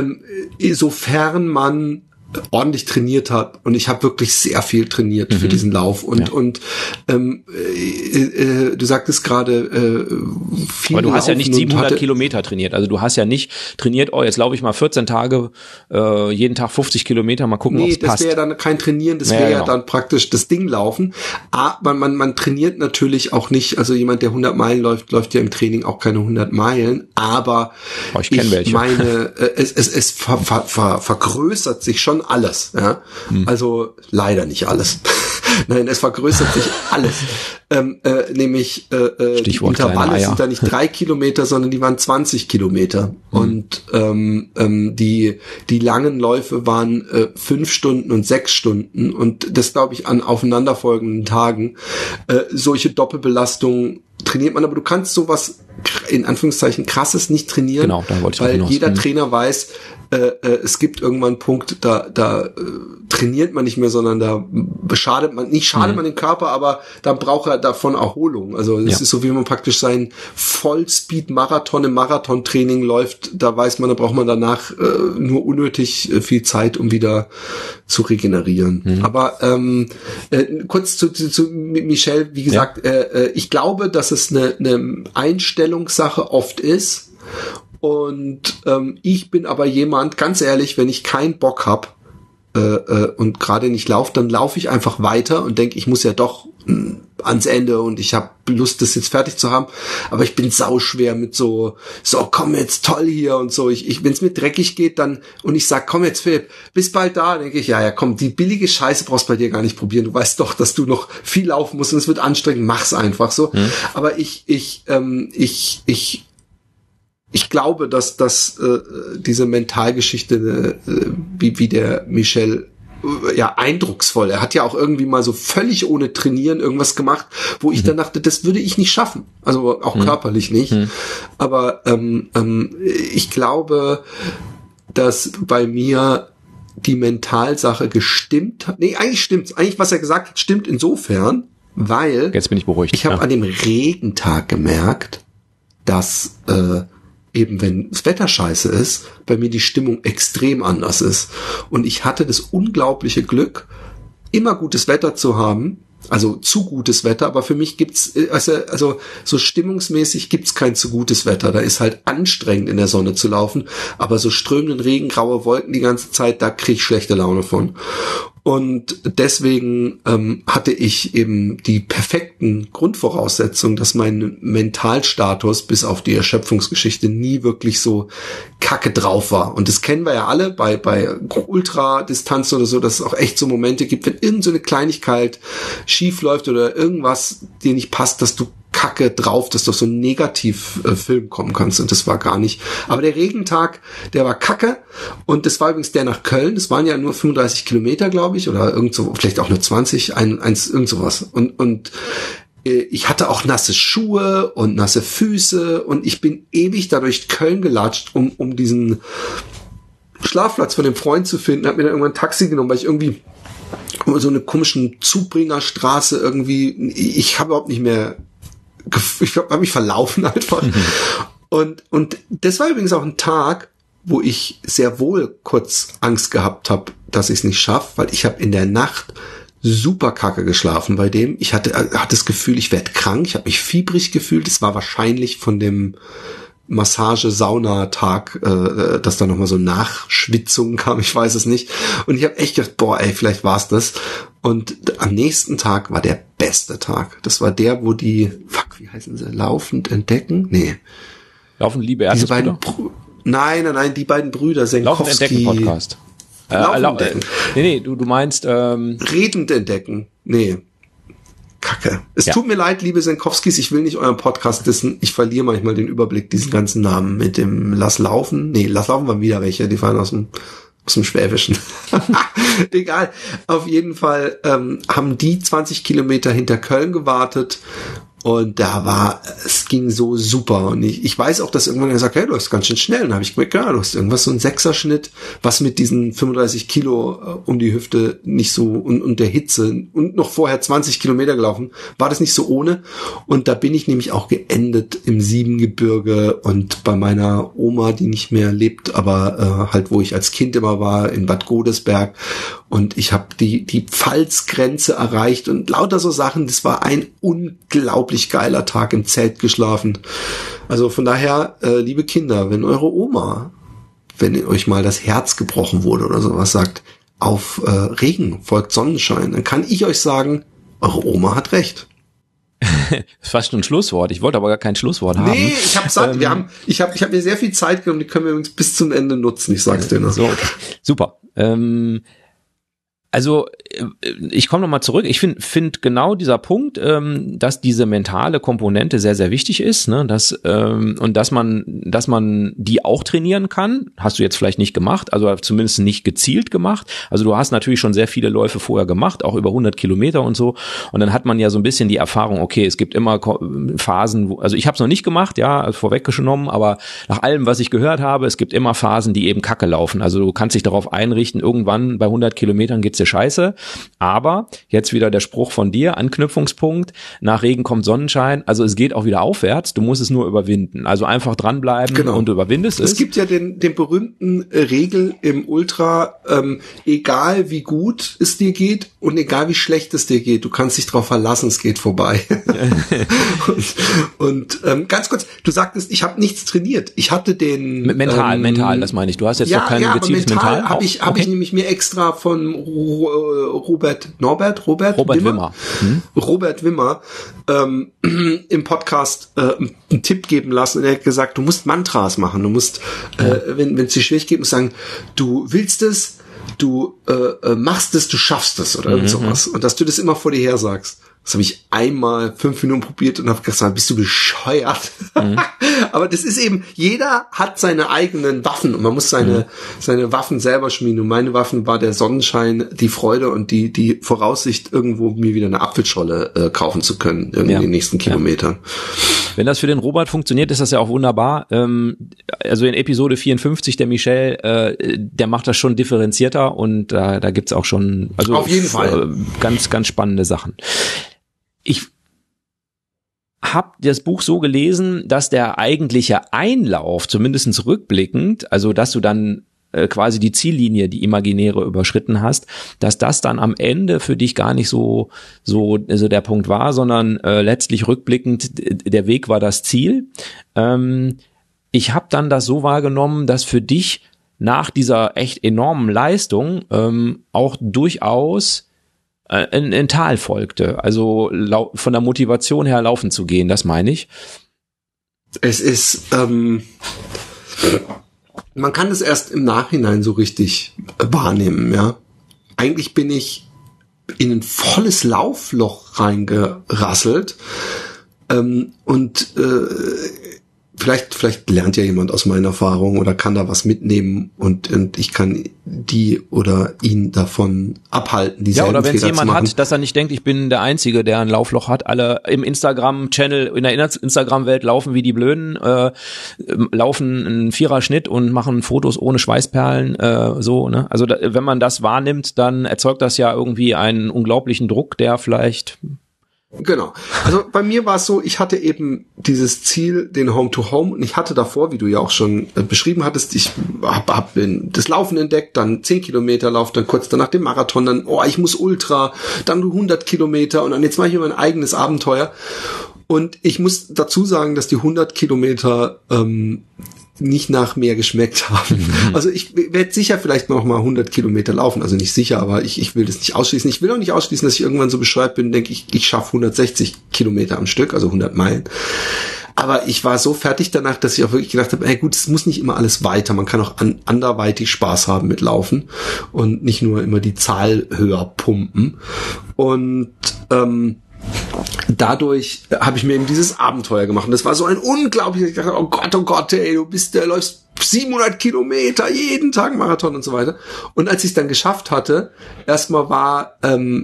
Sofern man ordentlich trainiert hat und ich habe wirklich sehr viel trainiert für diesen Lauf und du sagtest gerade viel. Aber du hast ja nicht 700 Kilometer trainiert, also du hast ja nicht trainiert, jetzt laufe ich mal 14 Tage, jeden Tag 50 Kilometer, mal gucken, ob es passt. Das wäre dann kein Trainieren, das wäre ja dann praktisch das Ding laufen. Aber man trainiert natürlich auch nicht, also jemand, der 100 Meilen läuft ja im Training auch keine 100 Meilen, aber ich meine, es vergrößert sich schon alles, ja. Also leider nicht alles. Nein, es vergrößert sich alles. Nämlich die Intervalle sind da nicht 3 Kilometer, sondern die waren 20 Kilometer. Und die langen Läufe waren 5 Stunden und 6 Stunden. Und das, glaube ich, an aufeinanderfolgenden Tagen. Solche Doppelbelastungen trainiert man, aber du kannst sowas in Anführungszeichen Krasses nicht trainieren, genau, da wollte ich weil jeder Trainer weiß, es gibt irgendwann einen Punkt, da trainiert man nicht mehr, sondern da schadet man dem Körper, aber dann braucht er davon Erholung. Also es ist so, wie man praktisch sein Vollspeed-Marathon im Marathontraining läuft, da weiß man, da braucht man danach nur unnötig viel Zeit, um wieder zu regenerieren. Aber kurz zu Michel, wie gesagt, ich glaube, dass es eine Einstellungssache oft ist. Und ich bin aber jemand, ganz ehrlich, wenn ich keinen Bock hab und gerade nicht laufe, dann laufe ich einfach weiter und denke, ich muss ja doch ans Ende und ich habe Lust, das jetzt fertig zu haben. Aber ich bin sauschwer mit so komm jetzt, toll hier und so. Wenn es mir dreckig geht, dann und ich sag, komm jetzt Philipp, bis bald da, denke ich, ja komm, die billige Scheiße brauchst du bei dir gar nicht probieren. Du weißt doch, dass du noch viel laufen musst und es wird anstrengend, mach's einfach so. Aber ich glaube, dass diese Mentalgeschichte, wie der Michel, ja, eindrucksvoll. Er hat ja auch irgendwie mal so völlig ohne Trainieren irgendwas gemacht, wo ich dann dachte, das würde ich nicht schaffen. Also auch körperlich nicht. Aber ich glaube, dass bei mir die Mentalsache gestimmt hat. Nee, eigentlich stimmt's. Eigentlich, was er gesagt hat, stimmt insofern, Weil jetzt bin ich beruhigt. Ich habe an dem Regentag gemerkt, dass eben wenn das Wetter scheiße ist, bei mir die Stimmung extrem anders ist. Und ich hatte das unglaubliche Glück, immer gutes Wetter zu haben, also zu gutes Wetter, aber für mich gibt's, also so stimmungsmäßig gibt's kein zu gutes Wetter. Da ist halt anstrengend in der Sonne zu laufen, aber so strömenden Regen, graue Wolken die ganze Zeit, da krieg ich schlechte Laune von. Und deswegen hatte ich eben die perfekten Grundvoraussetzungen, dass mein Mentalstatus bis auf die Erschöpfungsgeschichte nie wirklich so kacke drauf war. Und das kennen wir ja alle bei Ultradistanzen oder so, dass es auch echt so Momente gibt, wenn irgend so eine Kleinigkeit schief läuft oder irgendwas dir nicht passt, dass du kacke drauf, dass du auf so einen Negativ-Film kommen kannst. Und das war gar nicht. Aber der Regentag, der war kacke. Und das war übrigens der nach Köln. Das waren ja nur 35 Kilometer, glaube ich. Oder irgend so, vielleicht auch nur 20. Irgend sowas. Und ich hatte auch nasse Schuhe und nasse Füße. Und ich bin ewig da durch Köln gelatscht, um diesen Schlafplatz von dem Freund zu finden. Hab mir dann irgendwann ein Taxi genommen, weil ich irgendwie so eine komischen Zubringerstraße irgendwie, ich habe überhaupt nicht mehr, ich habe mich verlaufen einfach. Und das war übrigens auch ein Tag, wo ich sehr wohl kurz Angst gehabt habe, dass ich es nicht schaffe, weil ich habe in der Nacht super kacke geschlafen bei dem. Ich hatte das Gefühl, ich werde krank, ich habe mich fiebrig gefühlt. Es war wahrscheinlich von dem Massage-Sauna-Tag, dass da nochmal so Nachschwitzungen kam, ich weiß es nicht. Und ich habe echt gedacht, boah, ey, vielleicht war's das. Und am nächsten Tag war der beste Tag. Das war der, wo die, wie heißen sie, Laufend entdecken? Nee. Laufend Liebe Erzbrüder? Nein, die beiden Brüder, Senkowski. Laufend entdecken Podcast. Entdecken. Nee, du meinst... Redend entdecken. Nee. Kacke. Es tut mir leid, liebe Senkowskis, ich will nicht euren Podcast dissen. Ich verliere manchmal den Überblick, diesen ganzen Namen mit dem Lass Laufen. Nee, Lass Laufen waren wieder welche, die fahren aus dem Schwäbischen. Egal. Auf jeden Fall haben die 20 Kilometer hinter Köln gewartet. Und es ging so super. Und ich weiß auch, dass irgendwann er sagt, hey, du hast ganz schön schnell. Und dann habe ich gemerkt, ja, du hast irgendwas, so ein Sechserschnitt, was mit diesen 35 Kilo um die Hüfte nicht so, und der Hitze und noch vorher 20 Kilometer gelaufen, war das nicht so ohne. Und da bin ich nämlich auch geendet im Siebengebirge und bei meiner Oma, die nicht mehr lebt, aber halt, wo ich als Kind immer war, in Bad Godesberg. Und ich habe die Pfalzgrenze erreicht und lauter so Sachen. Das war ein unglaublich geiler Tag, im Zelt geschlafen. Also von daher, liebe Kinder, wenn eure Oma, wenn euch mal das Herz gebrochen wurde oder sowas, sagt, auf Regen folgt Sonnenschein, dann kann ich euch sagen, eure Oma hat recht. Das ist fast schon ein Schlusswort. Ich wollte aber gar kein Schlusswort haben. Nee, ich habe satt. Ich hab mir sehr viel Zeit genommen, die können wir übrigens bis zum Ende nutzen, ich sag's dir noch. So, super. Also ich komme nochmal zurück. Ich finde genau dieser Punkt, dass diese mentale Komponente sehr, sehr wichtig ist, ne? Und dass man die auch trainieren kann. Hast du jetzt vielleicht nicht gemacht, also zumindest nicht gezielt gemacht. Also du hast natürlich schon sehr viele Läufe vorher gemacht, auch über 100 Kilometer und so. Und dann hat man ja so ein bisschen die Erfahrung, okay, es gibt immer Phasen, also ich habe es noch nicht gemacht, ja, vorweggenommen, aber nach allem, was ich gehört habe, es gibt immer Phasen, die eben kacke laufen. Also du kannst dich darauf einrichten, irgendwann bei 100 Kilometern geht's dir scheiße, aber jetzt wieder der Spruch von dir, Anknüpfungspunkt, nach Regen kommt Sonnenschein, also es geht auch wieder aufwärts, du musst es nur überwinden, also einfach dranbleiben und du überwindest es. Es gibt ja den berühmten Regel im Ultra, egal wie gut es dir geht und egal wie schlecht es dir geht, du kannst dich darauf verlassen, es geht vorbei. und ganz kurz, du sagtest, ich habe nichts trainiert, ich hatte den... Mental, das meine ich, du hast jetzt noch kein gezieltes Mental. Habe ich nämlich mir extra von Robert Wimmer. Robert Wimmer im Podcast einen Tipp geben lassen. Und er hat gesagt, du musst Mantras machen. Du musst, wenn es dir schwierig geht, musst du sagen, du willst es, du machst es, du schaffst es oder irgend sowas. Und dass du das immer vor dir her sagst. Das habe ich einmal 5 Minuten probiert und habe gesagt, bist du bescheuert? Aber das ist eben, jeder hat seine eigenen Waffen und man muss seine Waffen selber schmieden. Und meine Waffen war der Sonnenschein, die Freude und die Voraussicht, irgendwo mir wieder eine Apfelscholle kaufen zu können in den nächsten Kilometern. Wenn das für den Robert funktioniert, ist das ja auch wunderbar. Also in Episode 54, der Michel, der macht das schon differenzierter und da gibt's auch schon, also auf jeden Fall ganz, ganz spannende Sachen. ich habe das Buch so gelesen, dass der eigentliche Einlauf, zumindest rückblickend, also dass du dann quasi die Ziellinie, die imaginäre überschritten hast, dass das dann am Ende für dich gar nicht so der Punkt war, sondern letztlich rückblickend der Weg war das Ziel. Ich habe dann das so wahrgenommen, dass für dich nach dieser echt enormen Leistung auch durchaus ein Tal folgte, also von der Motivation her laufen zu gehen, das meine ich. Es ist, man kann es erst im Nachhinein so richtig wahrnehmen, ja. Eigentlich bin ich in ein volles Laufloch reingerasselt und vielleicht lernt ja jemand aus meiner Erfahrung oder kann da was mitnehmen und ich kann die oder ihn davon abhalten, diese Fehler zu machen. Ja, oder wenn es jemand hat, dass er nicht denkt, ich bin der Einzige, der ein Laufloch hat. Alle im Instagram-Channel, in der Instagram-Welt laufen wie die Blöden, laufen einen Viererschnitt und machen Fotos ohne Schweißperlen, ne? Also wenn man das wahrnimmt, dann erzeugt das ja irgendwie einen unglaublichen Druck, der vielleicht... Genau. Also bei mir war es so, ich hatte eben dieses Ziel, den Home-to-Home, und ich hatte davor, wie du ja auch schon beschrieben hattest, ich hab das Laufen entdeckt, dann 10 Kilometer Lauf, dann kurz danach den Marathon, dann, ich muss Ultra, dann 100 Kilometer und dann jetzt mache ich mir mein eigenes Abenteuer. Und ich muss dazu sagen, dass die 100 Kilometer nicht nach mehr geschmeckt haben. Mhm. Also ich werde sicher vielleicht noch mal 100 Kilometer laufen, also nicht sicher, aber ich will das nicht ausschließen. Ich will auch nicht ausschließen, dass ich irgendwann so bescheuert bin, denke ich schaffe 160 Kilometer am Stück, also 100 Meilen. Aber ich war so fertig danach, dass ich auch wirklich gedacht habe, gut, es muss nicht immer alles weiter, man kann auch anderweitig Spaß haben mit Laufen und nicht nur immer die Zahl höher pumpen. Und dadurch habe ich mir eben dieses Abenteuer gemacht. Und das war so ein unglaubliches, ich dachte, oh Gott, ey, läufst 700 Kilometer jeden Tag Marathon und so weiter. Und als ich es dann geschafft hatte, erstmal war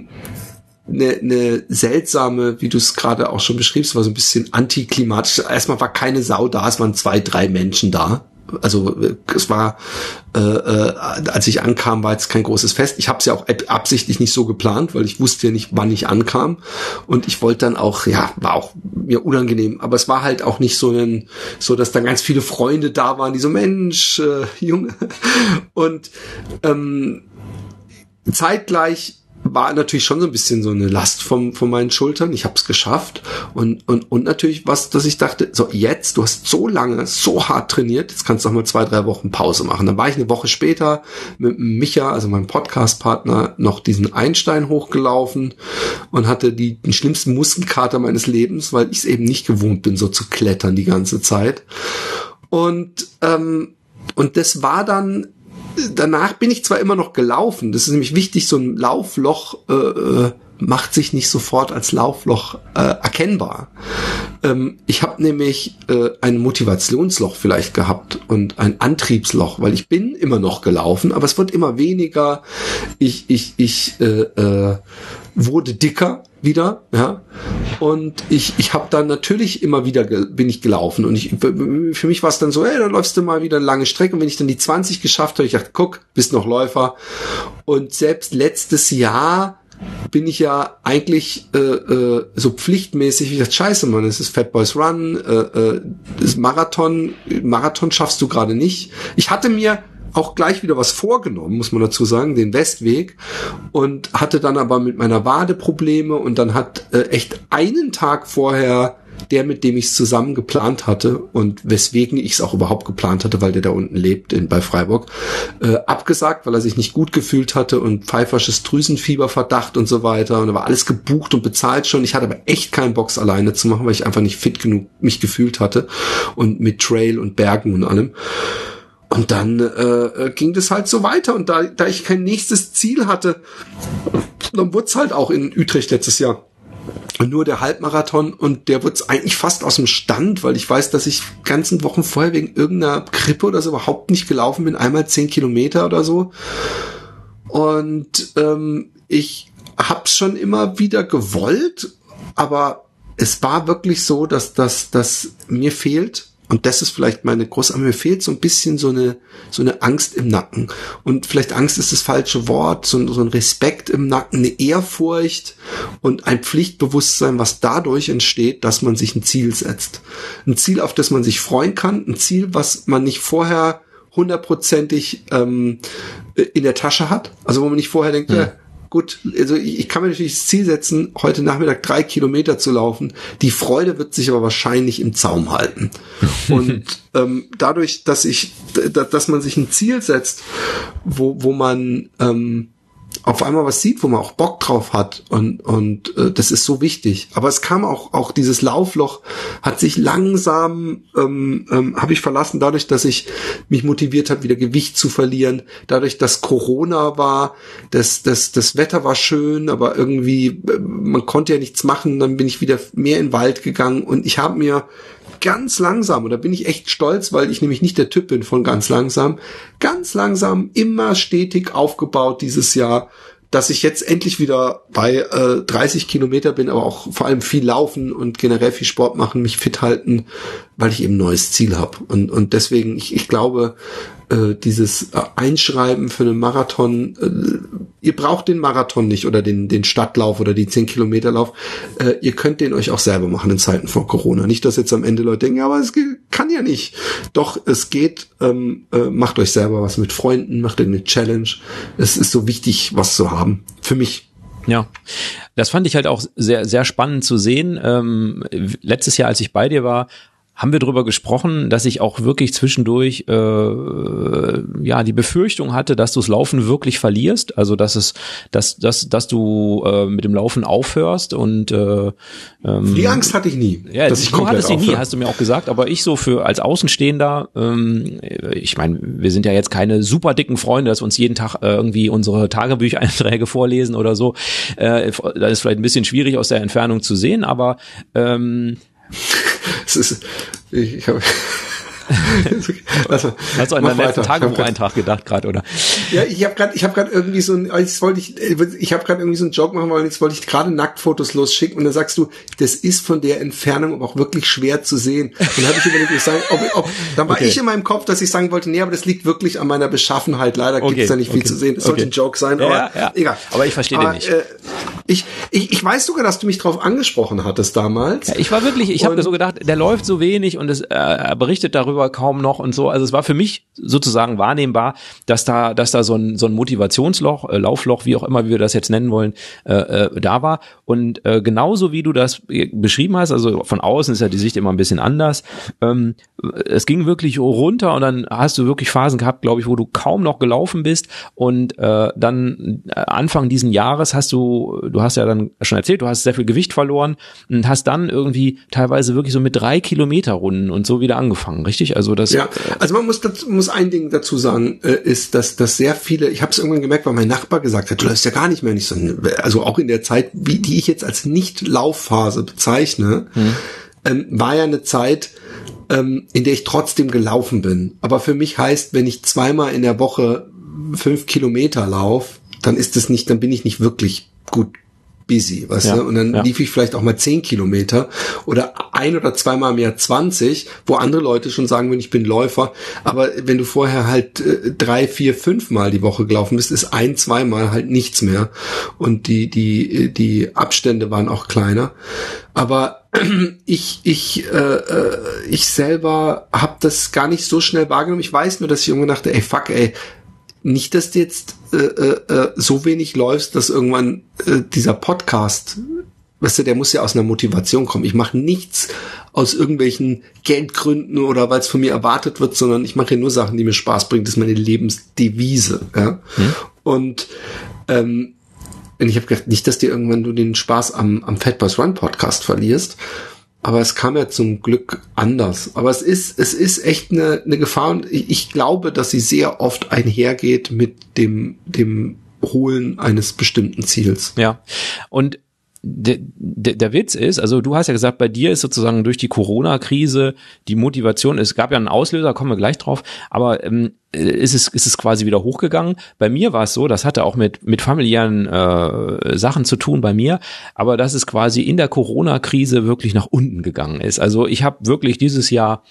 eine seltsame, wie du es gerade auch schon beschriebst, war so ein bisschen antiklimatisch. Erstmal war keine Sau da, es waren 2, 3 Menschen da. Also es war, als ich ankam, war jetzt kein großes Fest. Ich habe es ja auch absichtlich nicht so geplant, weil ich wusste ja nicht, wann ich ankam. Und ich wollte dann auch, war auch mir unangenehm. Aber es war halt auch nicht so, dass dann ganz viele Freunde da waren, die so, Mensch, Junge. Und zeitgleich war natürlich schon so ein bisschen so eine Last von meinen Schultern. Ich habe es geschafft und natürlich was, dass ich dachte, so jetzt, du hast so lange, so hart trainiert, jetzt kannst du auch mal 2, 3 Wochen Pause machen. Dann war ich eine Woche später mit Micha, also meinem Podcast-Partner, noch diesen Einstein hochgelaufen und hatte den schlimmsten Muskelkater meines Lebens, weil ich es eben nicht gewohnt bin, so zu klettern die ganze Zeit. Und das war dann, danach bin ich zwar immer noch gelaufen, das ist nämlich wichtig, so ein Laufloch macht sich nicht sofort als Laufloch erkennbar. Ich habe nämlich ein Motivationsloch vielleicht gehabt und ein Antriebsloch, weil ich bin immer noch gelaufen, aber es wird immer weniger. Ich wurde dicker wieder, ja, und ich habe dann natürlich immer wieder bin ich gelaufen und für mich war es dann so, dann läufst du mal wieder eine lange Strecke, und wenn ich dann die 20 geschafft habe, ich dachte, guck, bist noch Läufer. Und selbst letztes Jahr bin ich ja eigentlich so pflichtmäßig, wie gesagt, scheiße, Mann, es ist Fat Boys Run, das Marathon schaffst du gerade nicht. Ich hatte mir auch gleich wieder was vorgenommen, muss man dazu sagen, den Westweg, und hatte dann aber mit meiner Wade Probleme, und dann hat echt einen Tag vorher der, mit dem ich es zusammen geplant hatte und weswegen ich es auch überhaupt geplant hatte, weil der da unten lebt bei Freiburg, abgesagt, weil er sich nicht gut gefühlt hatte und pfeifersches Drüsenfieberverdacht und so weiter, und da war alles gebucht und bezahlt schon. Ich hatte aber echt keinen Bock, alleine zu machen, weil ich einfach nicht fit genug mich gefühlt hatte, und mit Trail und Bergen und allem. Und dann ging das halt so weiter, und da ich kein nächstes Ziel hatte, dann wurde es halt auch in Utrecht letztes Jahr nur der Halbmarathon, und der wurde eigentlich fast aus dem Stand, weil ich weiß, dass ich ganzen Wochen vorher wegen irgendeiner Grippe oder so überhaupt nicht gelaufen bin, einmal 10 Kilometer oder so. Und ich hab's schon immer wieder gewollt, aber es war wirklich so, dass mir fehlt Und das ist vielleicht meine große, mir fehlt so ein bisschen so eine Angst im Nacken. Und vielleicht Angst ist das falsche Wort, so ein Respekt im Nacken, eine Ehrfurcht und ein Pflichtbewusstsein, was dadurch entsteht, dass man sich ein Ziel setzt. Ein Ziel, auf das man sich freuen kann, ein Ziel, was man nicht vorher hundertprozentig in der Tasche hat. Also wo man nicht vorher denkt, ja, gut, also ich kann mir natürlich das Ziel setzen, heute Nachmittag 3 Kilometer zu laufen. Die Freude wird sich aber wahrscheinlich im Zaum halten. Und dadurch, dass man sich ein Ziel setzt, wo man auf einmal was sieht, wo man auch Bock drauf hat und das ist so wichtig. Aber es kam auch dieses Laufloch hat sich langsam habe ich verlassen, dadurch, dass ich mich motiviert habe, wieder Gewicht zu verlieren, dadurch, dass Corona war, das Wetter war schön, aber irgendwie man konnte ja nichts machen, dann bin ich wieder mehr in den Wald gegangen und ich habe mir ganz langsam, und da bin ich echt stolz, weil ich nämlich nicht der Typ bin von ganz langsam, immer stetig aufgebaut dieses Jahr, dass ich jetzt endlich wieder bei 30 Kilometer bin, aber auch vor allem viel laufen und generell viel Sport machen, mich fit halten, weil ich eben ein neues Ziel habe. Und deswegen, ich glaube, dieses Einschreiben für einen Marathon, ihr braucht den Marathon nicht oder den Stadtlauf oder die 10-Kilometer-Lauf, ihr könnt den euch auch selber machen in Zeiten von Corona. Nicht, dass jetzt am Ende Leute denken, ja, aber es kann ja nicht. Doch, es geht, macht euch selber was mit Freunden, macht eine Challenge. Es ist so wichtig, was zu haben. Für mich. Ja, das fand ich halt auch sehr, sehr spannend zu sehen. Letztes Jahr, als ich bei dir war, haben wir darüber gesprochen, dass ich auch wirklich zwischendurch die Befürchtung hatte, dass du das Laufen wirklich verlierst, also dass du mit dem Laufen aufhörst und die Angst hatte ich nie. Ja, dass ich du hattest sie nie, hast du mir auch gesagt, aber ich so als Außenstehender, ich meine, wir sind ja jetzt keine super dicken Freunde, dass uns jeden Tag irgendwie unsere Tagebücheinträge vorlesen oder so. Das ist vielleicht ein bisschen schwierig aus der Entfernung zu sehen, aber Hast du an deinen letzten Tagebucheintrag gedacht gerade, oder? Ja, ich habe gerade irgendwie so einen Joke machen wollen, jetzt wollte ich gerade Nacktfotos losschicken und dann sagst du, das ist von der Entfernung aber auch wirklich schwer zu sehen. Und dann habe ich überlegt, da war ich in meinem Kopf, dass ich sagen wollte, nee, aber das liegt wirklich an meiner Beschaffenheit. Leider gibt's da nicht viel zu sehen. Das sollte ein Joke sein, aber egal. Aber ich verstehe den nicht. Ich weiß sogar, dass du mich drauf angesprochen hattest damals. Ja, ich habe so gedacht, der läuft so wenig und er berichtet darüber kaum noch und so. Also es war für mich sozusagen wahrnehmbar, dass da so ein Motivationsloch, Laufloch, wie auch immer, wie wir das jetzt nennen wollen, da war. Und genauso wie du das beschrieben hast, also von außen ist ja die Sicht immer ein bisschen anders. Es ging wirklich runter und dann hast du wirklich Phasen gehabt, glaube ich, wo du kaum noch gelaufen bist. Und dann Anfang diesen Jahres du hast ja dann schon erzählt, du hast sehr viel Gewicht verloren und hast dann irgendwie teilweise wirklich so mit 3 Kilometer Runden und so wieder angefangen, richtig? Also man muss ein Ding dazu sagen, ist, dass sehr viele, ich habe es irgendwann gemerkt, weil mein Nachbar gesagt hat, du läufst ja gar nicht mehr nicht so, also auch in der Zeit, die ich jetzt als Nicht-Laufphase bezeichne, war ja eine Zeit, in der ich trotzdem gelaufen bin. Aber für mich heißt, wenn ich zweimal in der Woche 5 Kilometer laufe, dann bin ich nicht wirklich gut busy, weißt du? Und dann lief ich vielleicht auch mal 10 Kilometer oder ein- oder zweimal im Jahr 20, wo andere Leute schon sagen würden, ich bin Läufer. Aber wenn du vorher halt 3, 4, 5 Mal die Woche gelaufen bist, ist 1, 2 Mal halt nichts mehr. Und die Abstände waren auch kleiner. Aber ich selber habe das gar nicht so schnell wahrgenommen. Ich weiß nur, dass ich irgendwann dachte, nicht, dass du jetzt so wenig läufst, dass irgendwann dieser Podcast, weißt du, der muss ja aus einer Motivation kommen. Ich mache nichts aus irgendwelchen Geldgründen oder weil es von mir erwartet wird, sondern ich mache ja nur Sachen, die mir Spaß bringen. Das ist meine Lebensdevise. Ja? Und ich habe gedacht, nicht, dass dir irgendwann du den Spaß am Fat Boys Run Podcast verlierst. Aber es kam ja zum Glück anders. Aber es ist echt eine Gefahr und ich glaube, dass sie sehr oft einhergeht mit dem Holen eines bestimmten Ziels. Ja. Und der Witz ist, also du hast ja gesagt, bei dir ist sozusagen durch die Corona-Krise die Motivation, es gab ja einen Auslöser, kommen wir gleich drauf, aber ist es quasi wieder hochgegangen. Bei mir war es so, das hatte auch mit familiären Sachen zu tun bei mir, aber dass es quasi in der Corona-Krise wirklich nach unten gegangen ist. Also ich habe wirklich dieses Jahr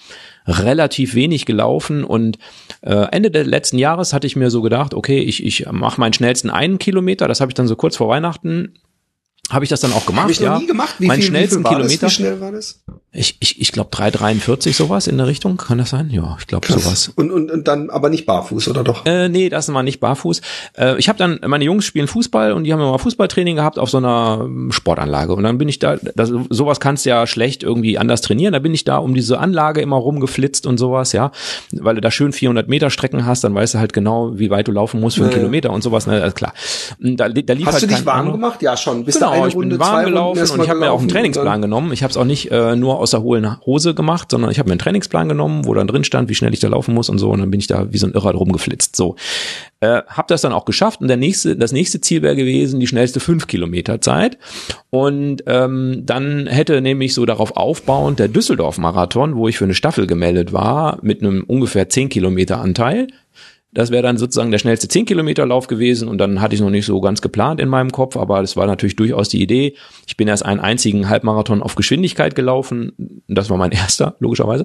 relativ wenig gelaufen und Ende des letzten Jahres hatte ich mir so gedacht, okay, ich mache meinen schnellsten 1 Kilometer, das habe ich dann so kurz vor Weihnachten, habe ich das dann auch gemacht. Habe ich noch nie gemacht. Meinen schnellsten Kilometer. Wie schnell war das? Ich glaube 3,43 sowas in der Richtung, kann das sein? Ja, ich glaube sowas. Und dann aber nicht barfuß, oder doch? Nee, das war nicht barfuß. Ich habe dann, meine Jungs spielen Fußball und die haben immer Fußballtraining gehabt auf so einer Sportanlage und dann bin ich da, sowas kannst du ja schlecht irgendwie anders trainieren, da bin ich da um diese Anlage immer rumgeflitzt und sowas, ja, weil du da schön 400 Meter Strecken hast, dann weißt du halt genau, wie weit du laufen musst für einen Kilometer und sowas, ne, klar. Da lief hast halt du dich warm gemacht? Ja, schon. Bist genau, eine ich bin Runde, warm gelaufen und ich habe mir auch einen gelaufen Trainingsplan genommen. Ich habe es auch nicht nur aus der hohlen Hose gemacht, sondern ich habe mir einen Trainingsplan genommen, wo dann drin stand, wie schnell ich da laufen muss und so und dann bin ich da wie so ein Irrer rumgeflitzt. So, habe das dann auch geschafft und das nächste Ziel wäre gewesen, die schnellste 5 Kilometer Zeit und dann hätte nämlich so darauf aufbauend der Düsseldorf-Marathon, wo ich für eine Staffel gemeldet war, mit einem ungefähr 10 Kilometer Anteil. Das wäre dann sozusagen der schnellste 10-Kilometer-Lauf gewesen und dann hatte ich noch nicht so ganz geplant in meinem Kopf, aber das war natürlich durchaus die Idee. Ich bin erst einen einzigen Halbmarathon auf Geschwindigkeit gelaufen, das war mein erster, logischerweise,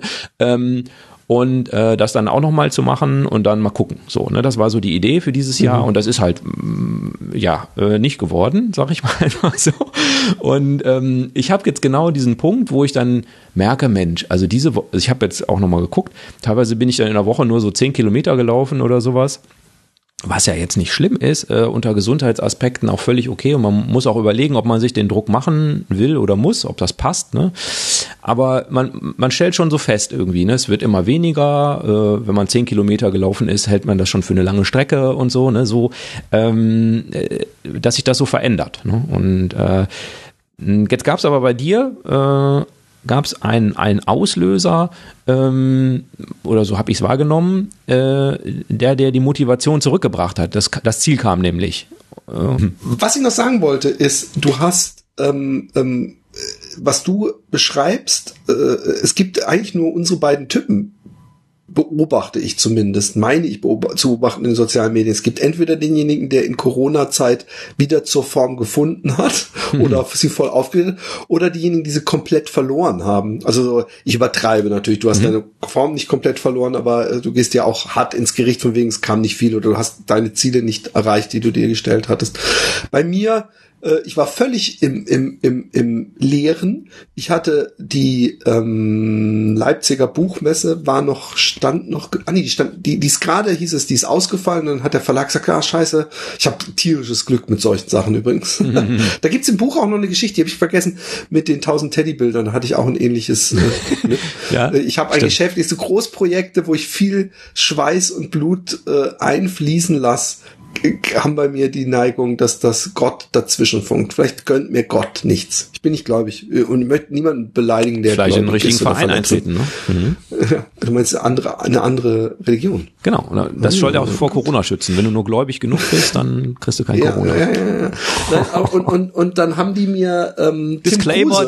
und das dann auch nochmal zu machen und dann mal gucken. So, ne, das war so die Idee für dieses Jahr und das ist halt nicht geworden, sag ich mal einfach so. Und ich habe jetzt genau diesen Punkt, wo ich dann merke, Mensch, also ich habe jetzt auch nochmal geguckt, teilweise bin ich dann in der Woche nur so 10 Kilometer gelaufen oder sowas. Was ja jetzt nicht schlimm ist, unter Gesundheitsaspekten auch völlig okay und man muss auch überlegen, ob man sich den Druck machen will oder muss, ob das passt, ne? Aber man stellt schon so fest irgendwie, ne? Es wird immer weniger, wenn man 10 Kilometer gelaufen ist, hält man das schon für eine lange Strecke und so, ne? So, dass sich das so verändert, ne? Und jetzt gab es aber bei dir gab es einen Auslöser, oder so habe ich es wahrgenommen, der die Motivation zurückgebracht hat. Das Ziel kam nämlich. Was ich noch sagen wollte, ist, du hast, was du beschreibst, es gibt eigentlich nur unsere beiden Typen, beobachte ich zumindest, meine ich zu beobachten in den sozialen Medien. Es gibt entweder denjenigen, der in Corona-Zeit wieder zur Form gefunden hat oder sie voll aufgeredet, oder diejenigen, die sie komplett verloren haben. Also ich übertreibe natürlich, du hast deine Form nicht komplett verloren, aber du gehst ja auch hart ins Gericht, von wegen es kam nicht viel oder du hast deine Ziele nicht erreicht, die du dir gestellt hattest. Bei mir, ich war völlig im Leeren. Ich hatte die Leipziger Buchmesse, die ist gerade, hieß es, die ist ausgefallen. Dann hat der Verlag gesagt, scheiße, ich habe tierisches Glück mit solchen Sachen übrigens. Da gibt's im Buch auch noch eine Geschichte, die habe ich vergessen, mit den 1000 Teddybildern. Da hatte ich auch ein ähnliches Glück. Ja, ich habe ein Geschäft, so Großprojekte, wo ich viel Schweiß und Blut einfließen lasse, haben bei mir die Neigung, dass das Gott dazwischen funkt. Vielleicht gönnt mir Gott nichts. Ich bin nicht gläubig und ich möchte niemanden beleidigen, der vielleicht in den richtigen Verein eintreten. Ne? Du meinst eine andere Religion. Genau, das soll ja auch vor Corona schützen. Wenn du nur gläubig genug bist, dann kriegst du kein Corona. Ja. Und dann haben die mir Disclaimer.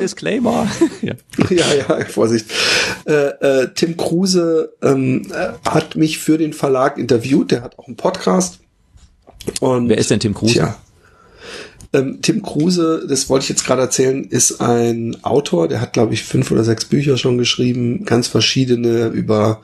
Ja, Vorsicht. Tim Kruse hat mich für den Verlag interviewt. Der hat auch einen Podcast. Und wer ist denn Tim Kruse? Tja, Tim Kruse, das wollte ich jetzt gerade erzählen, ist ein Autor, der hat, glaube ich, 5 oder 6 Bücher schon geschrieben, ganz verschiedene über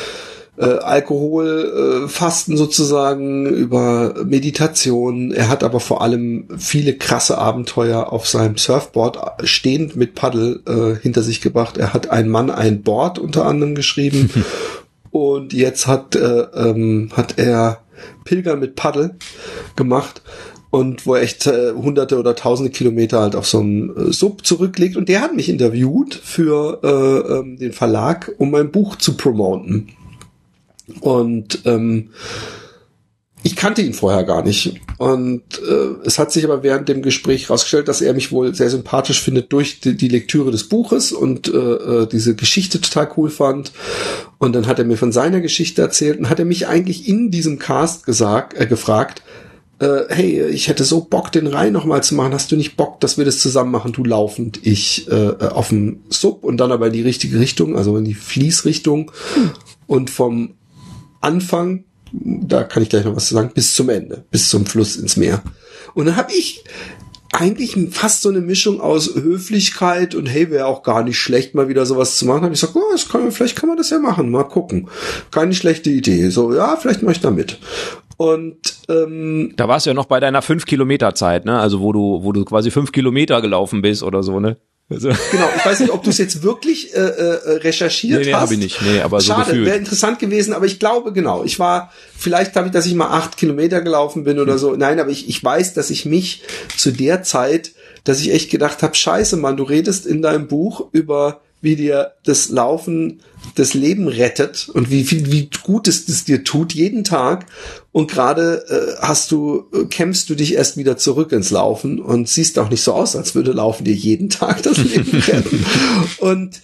Alkohol, Fasten sozusagen, über Meditation. Er hat aber vor allem viele krasse Abenteuer auf seinem Surfboard stehend mit Paddel hinter sich gebracht. Er hat Ein Mann, ein Board unter anderem geschrieben und jetzt hat er Pilgern mit Paddel gemacht und wo er echt hunderte oder tausende Kilometer halt auf so einem Sub zurücklegt und der hat mich interviewt für den Verlag, um mein Buch zu promoten und ich kannte ihn vorher gar nicht und es hat sich aber während dem Gespräch herausgestellt, dass er mich wohl sehr sympathisch findet durch die Lektüre des Buches und diese Geschichte total cool fand. Und dann hat er mir von seiner Geschichte erzählt und hat er mich eigentlich in diesem Cast gefragt, hey, ich hätte so Bock, den Rhein nochmal zu machen. Hast du nicht Bock, dass wir das zusammen machen? Du laufend, ich auf dem Sub und dann aber in die richtige Richtung, also in die Fließrichtung und vom Anfang, da kann ich gleich noch was zu sagen, bis zum Ende, bis zum Fluss ins Meer. Und dann habe ich eigentlich fast so eine Mischung aus Höflichkeit und hey, wäre auch gar nicht schlecht, mal wieder sowas zu machen. Habe ich gesagt, vielleicht kann man das ja machen, mal gucken. Keine schlechte Idee. So, ja, vielleicht mache ich da mit. Und da warst du ja noch bei deiner 5-Kilometer-Zeit, ne? Also wo du quasi 5 Kilometer gelaufen bist oder so, ne? Also. Genau, ich weiß nicht, ob du es jetzt wirklich recherchiert hast. Habe ich nicht, aber so gefühlt. Schade, wäre interessant gewesen, aber ich glaube, genau, dass ich mal 8 Kilometer gelaufen bin oder so. Nein, aber ich weiß, dass ich mich zu der Zeit, dass ich echt gedacht habe, scheiße, Mann, du redest in deinem Buch über, wie dir das Laufen das Leben rettet und wie gut es dir tut jeden Tag, und gerade kämpfst du dich erst wieder zurück ins Laufen und siehst auch nicht so aus, als würde Laufen dir jeden Tag das Leben retten. Und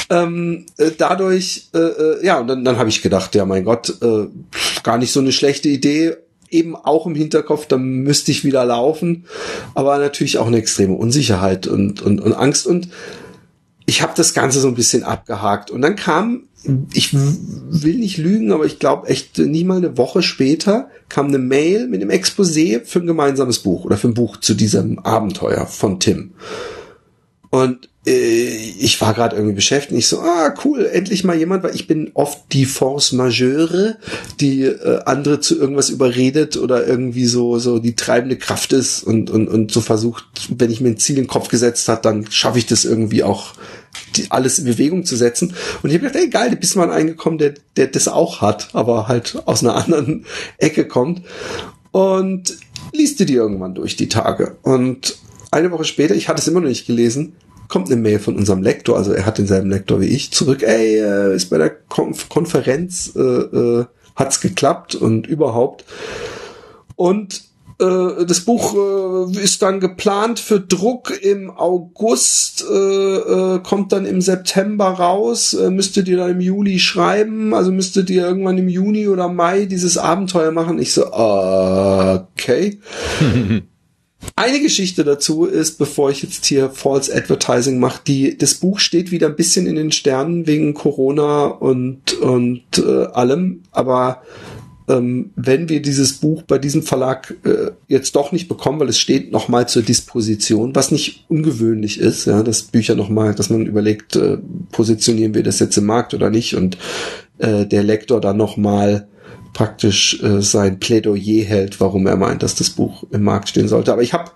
dadurch, und dann habe ich gedacht, ja mein Gott, gar nicht so eine schlechte Idee, eben auch im Hinterkopf, dann müsste ich wieder laufen, aber natürlich auch eine extreme Unsicherheit und Angst, und ich habe das Ganze so ein bisschen abgehakt. Und dann kam, ich will nicht lügen, aber ich glaube echt nicht mal eine Woche später, kam eine Mail mit einem Exposé für ein gemeinsames Buch oder für ein Buch zu diesem Abenteuer von Tim. Und ich war gerade irgendwie beschäftigt und ich so, cool, endlich mal jemand, weil ich bin oft die Force Majeure, die andere zu irgendwas überredet oder irgendwie so die treibende Kraft ist und so versucht, wenn ich mir ein Ziel in den Kopf gesetzt habe, dann schaffe ich das irgendwie auch, alles in Bewegung zu setzen. Und ich habe gedacht, ey geil, du bist mal eingekommen, der das auch hat, aber halt aus einer anderen Ecke kommt, und liest dir die irgendwann durch die Tage. Und eine Woche später, ich hatte es immer noch nicht gelesen, kommt eine Mail von unserem Lektor, also er hat denselben Lektor wie ich, zurück, ist bei der Konferenz, hat's geklappt und überhaupt. Und das Buch ist dann geplant für Druck im August, kommt dann im September raus, müsstet ihr dann im Juli schreiben, also müsstet ihr irgendwann im Juni oder Mai dieses Abenteuer machen. Ich so, okay. Eine Geschichte dazu ist, bevor ich jetzt hier False Advertising mache, das Buch steht wieder ein bisschen in den Sternen wegen Corona und allem, aber wenn wir dieses Buch bei diesem Verlag jetzt doch nicht bekommen, weil es steht nochmal zur Disposition, was nicht ungewöhnlich ist, ja, dass Bücher nochmal, dass man überlegt, positionieren wir das jetzt im Markt oder nicht, und der Lektor dann nochmal praktisch sein Plädoyer hält, warum er meint, dass das Buch im Markt stehen sollte. Aber ich habe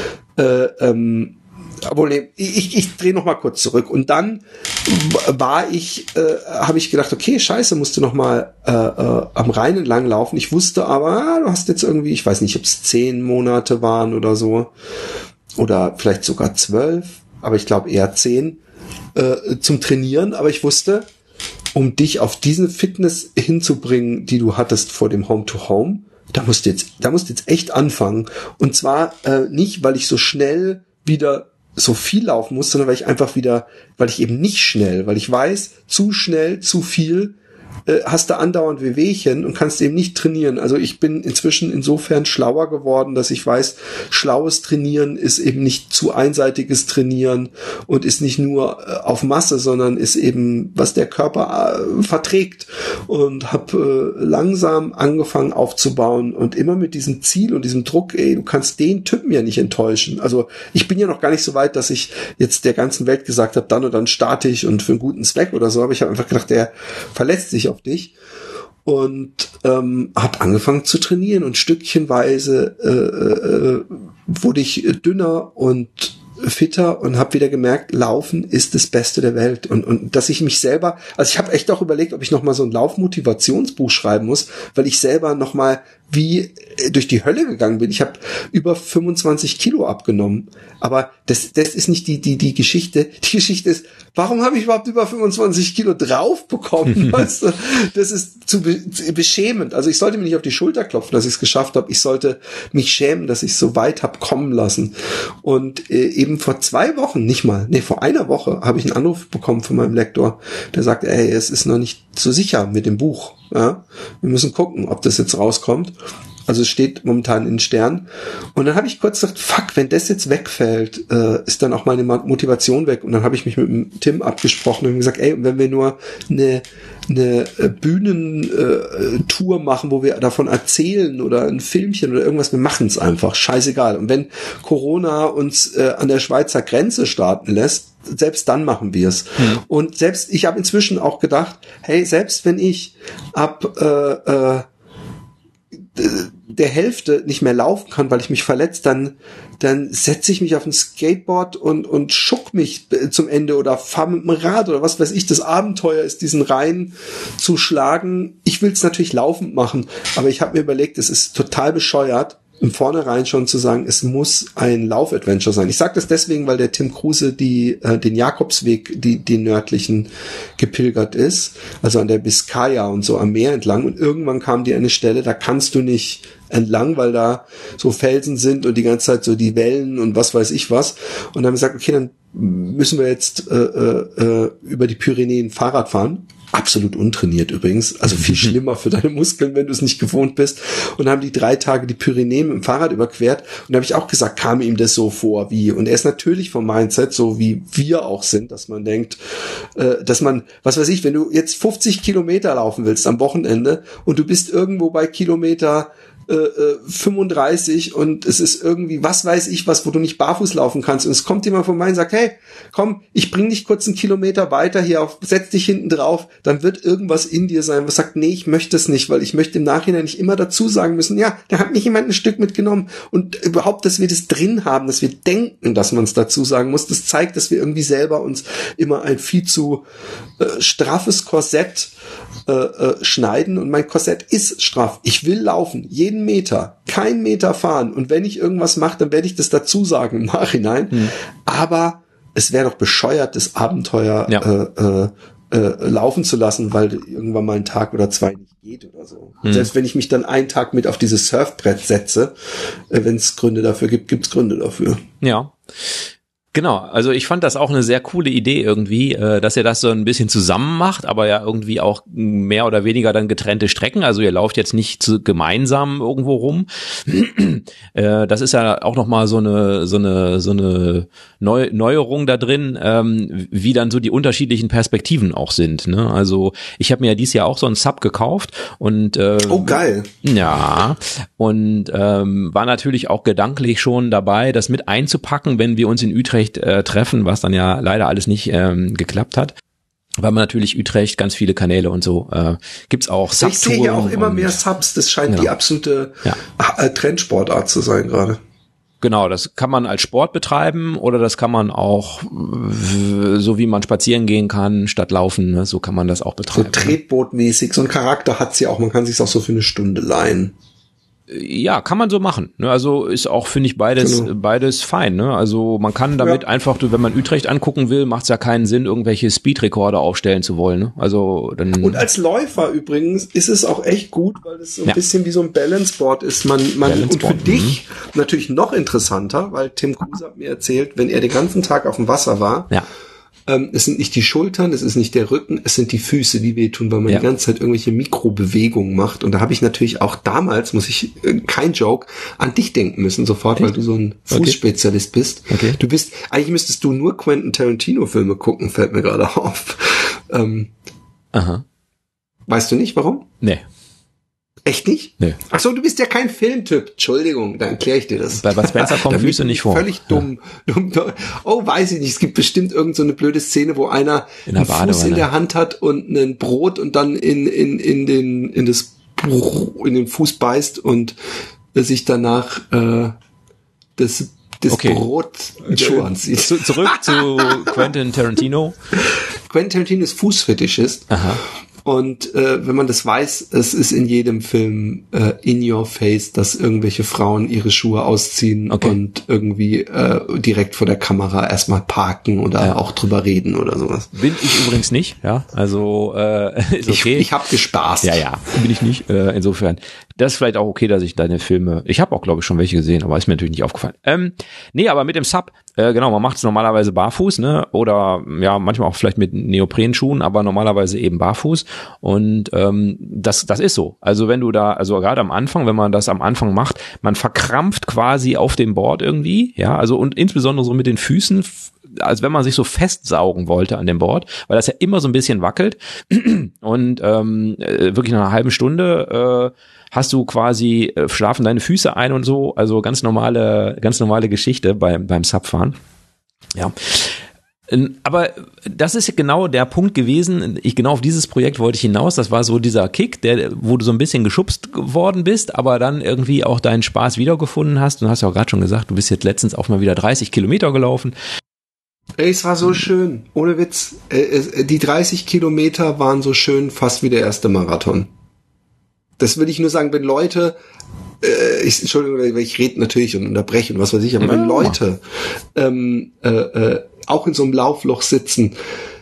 ich drehe noch mal kurz zurück, und dann habe ich gedacht, okay, scheiße, musst du noch mal am Rhein entlang laufen. Ich wusste aber, du hast jetzt irgendwie, ich weiß nicht, ob es 10 Monate waren oder so, oder vielleicht sogar 12, aber ich glaube eher 10 zum Trainieren. Aber ich wusste, um dich auf diese Fitness hinzubringen, die du hattest vor dem Home-to-Home, da musst du jetzt echt anfangen. Und zwar nicht, weil ich so schnell wieder so viel laufen muss, sondern weil ich eben nicht schnell, weil ich weiß, zu schnell, zu viel, hast du andauernd Wehwehchen und kannst eben nicht trainieren. Also ich bin inzwischen insofern schlauer geworden, dass ich weiß, schlaues Trainieren ist eben nicht zu einseitiges Trainieren und ist nicht nur auf Masse, sondern ist eben, was der Körper verträgt, und habe langsam angefangen aufzubauen und immer mit diesem Ziel und diesem Druck, du kannst den Typen ja nicht enttäuschen. Also ich bin ja noch gar nicht so weit, dass ich jetzt der ganzen Welt gesagt habe, dann und dann starte ich und für einen guten Zweck oder so, aber ich habe einfach gedacht, der verlässt sich auf dich, und habe angefangen zu trainieren, und stückchenweise wurde ich dünner und fitter und habe wieder gemerkt, Laufen ist das Beste der Welt, und dass ich mich selber, also ich habe echt auch überlegt, ob ich noch mal so ein Laufmotivationsbuch schreiben muss, weil ich selber noch mal wie durch die Hölle gegangen bin. Ich habe über 25 Kilo abgenommen, aber das ist nicht die Geschichte. Die Geschichte ist, warum habe ich überhaupt über 25 Kilo drauf bekommen? Weißt du? Das ist zu beschämend. Also ich sollte mir nicht auf die Schulter klopfen, dass ich es geschafft habe. Ich sollte mich schämen, dass ich es so weit habe kommen lassen. Und eben vor 2 Wochen, vor einer Woche habe ich einen Anruf bekommen von meinem Lektor, der sagt, es ist noch nicht so sicher mit dem Buch. Ja? Wir müssen gucken, ob das jetzt rauskommt. Also es steht momentan in Sternen. Und dann habe ich kurz gedacht, fuck, wenn das jetzt wegfällt, ist dann auch meine Motivation weg. Und dann habe ich mich mit dem Tim abgesprochen und gesagt, ey, wenn wir nur eine Bühnentour machen, wo wir davon erzählen oder ein Filmchen oder irgendwas, wir machen es einfach, scheißegal. Und wenn Corona uns an der Schweizer Grenze starten lässt, selbst dann machen wir es. Und selbst, ich habe inzwischen auch gedacht, hey, selbst wenn ich ab der Hälfte nicht mehr laufen kann, weil ich mich verletzt, dann setze ich mich auf ein Skateboard und schuck mich zum Ende oder fahre mit dem Rad oder was weiß ich. Das Abenteuer ist, diesen Rhein zu schlagen. Ich will es natürlich laufend machen, aber ich habe mir überlegt, es ist total bescheuert, im Vornherein schon zu sagen, es muss ein Laufadventure sein. Ich sage das deswegen, weil der Tim Kruse den Jakobsweg, den nördlichen, gepilgert ist, also an der Biskaya und so am Meer entlang. Und irgendwann kam die eine Stelle, da kannst du nicht entlang, weil da so Felsen sind und die ganze Zeit so die Wellen und was weiß ich was. Und dann haben wir gesagt, okay, dann müssen wir jetzt über die Pyrenäen Fahrrad fahren. Absolut untrainiert übrigens, also viel schlimmer für deine Muskeln, wenn du es nicht gewohnt bist. Und dann haben die 3 Tage die Pyrenäen mit dem Fahrrad überquert. Und da habe ich auch gesagt, kam ihm das so vor, wie? Und er ist natürlich vom Mindset, so wie wir auch sind, dass man denkt, dass man, was weiß ich, wenn du jetzt 50 Kilometer laufen willst am Wochenende und du bist irgendwo bei Kilometer 35 und es ist irgendwie, was weiß ich was, wo du nicht barfuß laufen kannst und es kommt jemand von mir und sagt, hey, komm, ich bring dich kurz einen Kilometer weiter hier auf, setz dich hinten drauf, dann wird irgendwas in dir sein, was sagt, nee, ich möchte es nicht, weil ich möchte im Nachhinein nicht immer dazu sagen müssen, ja, da hat mich jemand ein Stück mitgenommen und überhaupt, dass wir das drin haben, dass wir denken, dass man es dazu sagen muss, das zeigt, dass wir irgendwie selber uns immer ein viel zu straffes Korsett schneiden und mein Korsett ist straff. Ich will laufen, jeden Meter, kein Meter fahren und wenn ich irgendwas mache, dann werde ich das dazu sagen im Nachhinein. Aber es wäre doch bescheuert, das Abenteuer laufen zu lassen, weil irgendwann mal ein Tag oder 2 nicht geht oder so. Selbst wenn ich mich dann einen Tag mit auf dieses Surfbrett setze, wenn es Gründe dafür gibt, gibt es Gründe dafür. Ja. Genau, also ich fand das auch eine sehr coole Idee irgendwie, dass ihr das so ein bisschen zusammen macht, aber ja irgendwie auch mehr oder weniger dann getrennte Strecken, also ihr lauft jetzt nicht gemeinsam irgendwo rum. Das ist ja auch nochmal so eine Neuerung da drin, wie dann so die unterschiedlichen Perspektiven auch sind, ne? Also ich habe mir ja dieses Jahr auch so einen Sub gekauft und oh geil. Ja, und war natürlich auch gedanklich schon dabei, das mit einzupacken, wenn wir uns in Utrecht treffen, was dann ja leider alles nicht geklappt hat. Weil man natürlich Utrecht, ganz viele Kanäle und so, gibt's auch Subtouren. Ich sehe ja auch immer mehr Subs, das scheint die absolute Trendsportart zu sein gerade. Genau, das kann man als Sport betreiben oder das kann man auch, so wie man spazieren gehen kann, statt laufen, ne, so kann man das auch betreiben. So Tretbootmäßig, so ein Charakter hat's ja auch, man kann sich's auch so für eine Stunde leihen. Ja, kann man so machen. Ne? Also ist auch, finde ich, beides fein. Ne? Also man kann damit einfach, wenn man Utrecht angucken will, macht es ja keinen Sinn, irgendwelche Speedrekorde aufstellen zu wollen. Ne? Also dann. Und als Läufer übrigens ist es auch echt gut, weil es so ein bisschen wie so ein Balanceboard ist. Und für dich natürlich noch interessanter, weil Tim Kruse hat mir erzählt, wenn er den ganzen Tag auf dem Wasser war, es sind nicht die Schultern, es ist nicht der Rücken, es sind die Füße, die wehtun, weil man die ganze Zeit irgendwelche Mikrobewegungen macht. Und da habe ich natürlich auch damals, kein Joke, an dich denken müssen sofort, weil du so ein Fußspezialist bist. Okay. Eigentlich müsstest du nur Quentin Tarantino-Filme gucken, fällt mir gerade auf. Aha. Weißt du nicht, warum? Nee. Echt nicht? Nee. Ach so, du bist ja kein Filmtyp. Entschuldigung, dann erkläre ich dir das. Bei Spencer kommen Füße nicht vor. Völlig dumm. Oh, weiß ich nicht. Es gibt bestimmt irgend so eine blöde Szene, wo einer einen Fuß in der Hand hat und ein Brot und dann in den Fuß beißt und sich danach das Brot Schuhe anzieht. Zurück zu Quentin Tarantino. Quentin Tarantino ist Fußfetischist. Aha. Und wenn man das weiß, es ist in jedem Film in your face, dass irgendwelche Frauen ihre Schuhe ausziehen und irgendwie direkt vor der Kamera erstmal parken oder auch drüber reden oder sowas. Bin ich übrigens nicht, ja. Also ist okay. Ich habe gespaßt. Ja, bin ich nicht. Insofern. Das ist vielleicht auch okay, dass ich deine Filme, ich habe auch, glaube ich, schon welche gesehen, aber ist mir natürlich nicht aufgefallen. Nee, aber mit dem Sub, Genau, man macht es normalerweise barfuß, ne? Oder ja, manchmal auch vielleicht mit Neoprenschuhen, aber normalerweise eben barfuß. Und das ist so. Also wenn du da, also gerade am Anfang, wenn man das am Anfang macht, man verkrampft quasi auf dem Board irgendwie, ja, also und insbesondere so mit den Füßen, als wenn man sich so festsaugen wollte an dem Board, weil das ja immer so ein bisschen wackelt. Und wirklich nach einer halben Stunde hast du quasi schlafen deine Füße ein und so, also ganz normale Geschichte beim Subfahren. Ja. Aber das ist genau der Punkt gewesen, genau auf dieses Projekt wollte ich hinaus, das war so dieser Kick, wo du so ein bisschen geschubst geworden bist, aber dann irgendwie auch deinen Spaß wiedergefunden hast und hast ja auch gerade schon gesagt, du bist jetzt letztens auch mal wieder 30 Kilometer gelaufen. Ey, es war so schön, ohne Witz. Die 30 Kilometer waren so schön, fast wie der erste Marathon. Das will ich nur sagen, wenn Leute, Entschuldigung, ich rede natürlich und unterbreche und was weiß ich, aber wenn Leute auch in so einem Laufloch sitzen,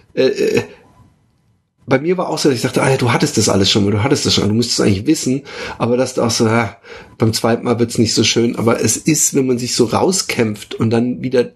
bei mir war auch so, dass ich dachte, du hattest das alles schon, du müsstest es eigentlich wissen, aber dass du auch so, beim zweiten Mal wird's nicht so schön, aber es ist, wenn man sich so rauskämpft und dann wieder,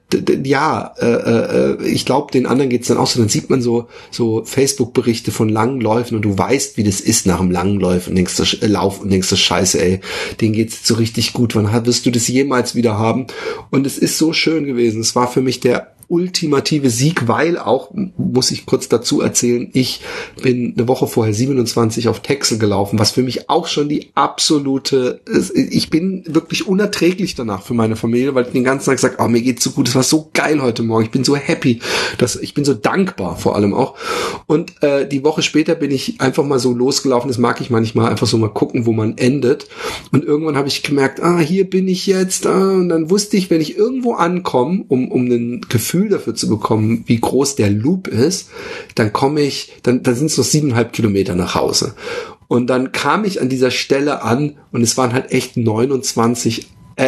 ich glaube, den anderen geht's dann auch so, dann sieht man so Facebook-Berichte von langen Läufen und du weißt, wie das ist nach einem langen Lauf und denkst du, scheiße, ey, denen geht's jetzt so richtig gut, wann wirst du das jemals wieder haben? Und es ist so schön gewesen, es war für mich der ultimative Sieg, weil auch, muss ich kurz dazu erzählen, ich bin eine Woche vorher 27 auf Texel gelaufen, was für mich auch schon die absolute, ich bin wirklich unerträglich danach für meine Familie, weil ich den ganzen Tag sage, mir geht's so gut, es war so geil heute Morgen, ich bin so happy, ich bin so dankbar vor allem auch. Und die Woche später bin ich einfach mal so losgelaufen, das mag ich manchmal, einfach so mal gucken, wo man endet. Und irgendwann habe ich gemerkt, hier bin ich jetzt, und dann wusste ich, wenn ich irgendwo ankomme, um ein Gefühl dafür zu bekommen, wie groß der Loop ist, dann sind es noch 7,5 Kilometer nach Hause. Und dann kam ich an dieser Stelle an und es waren halt echt 29,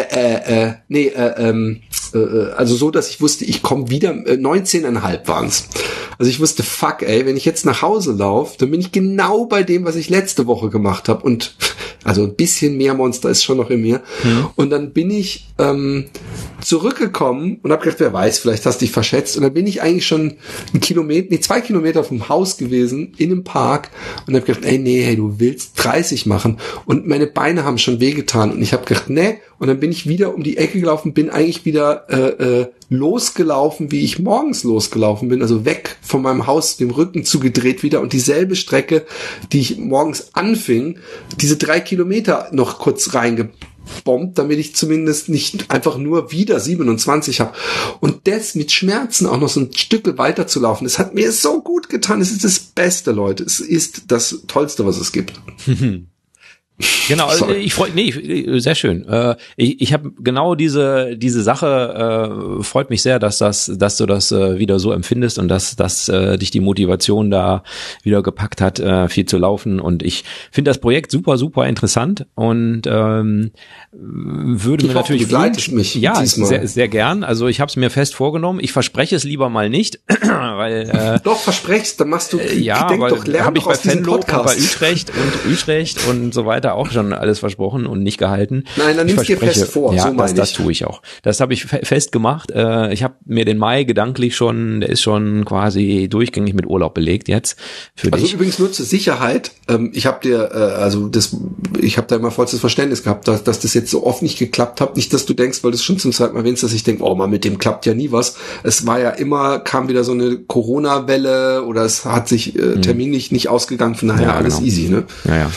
also so, dass ich wusste, ich komme wieder, 19,5 waren's. Also ich wusste, fuck, ey, wenn ich jetzt nach Hause laufe, dann bin ich genau bei dem, was ich letzte Woche gemacht habe. Und also ein bisschen mehr Monster ist schon noch in mir. Mhm. Und dann bin ich zurückgekommen und habe gedacht, wer weiß, vielleicht hast du dich verschätzt. Und dann bin ich eigentlich schon 2 Kilometer vom Haus gewesen, in einem Park. Und habe gedacht, hey, du willst 30 machen. Und meine Beine haben schon wehgetan. Und ich habe gedacht, nee. Und dann bin ich wieder um die Ecke gelaufen, bin eigentlich wieder losgelaufen, wie ich morgens losgelaufen bin, also weg von meinem Haus, dem Rücken zugedreht wieder und dieselbe Strecke, die ich morgens anfing, diese 3 Kilometer noch kurz reingebombt, damit ich zumindest nicht einfach nur wieder 27 habe. Und das mit Schmerzen auch noch so ein Stück weiter zu laufen, das hat mir so gut getan. Es ist das Beste, Leute. Es ist das Tollste, was es gibt. Genau, sehr schön. Ich habe genau diese Sache, freut mich sehr, dass du das wieder so empfindest und dass dich die Motivation da wieder gepackt hat, viel zu laufen. Und ich finde das Projekt super, super interessant und würde mir natürlich wünschen, sehr, sehr gern. Also ich habe es mir fest vorgenommen. Ich verspreche es lieber mal nicht, weil doch versprechst, dann machst du. Weil habe ich bei Venlo und bei Utrecht und so weiter auch schon alles versprochen und nicht gehalten. Nein, dann nimmst du dir fest vor. Ja, so das tue ich auch. Das habe ich fest gemacht. Ich habe mir den Mai gedanklich schon, der ist schon quasi durchgängig mit Urlaub belegt jetzt für dich. Also übrigens nur zur Sicherheit. Ich habe da immer vollstes Verständnis gehabt, dass das jetzt so oft nicht geklappt hat. Nicht, dass du denkst, weil du es schon zum zweiten Mal erwähnst, dass ich denke, mit dem klappt ja nie was. Es war ja immer, kam wieder so eine Corona-Welle oder es hat sich terminlich nicht ausgegangen. Von daher alles easy, ne? Ja.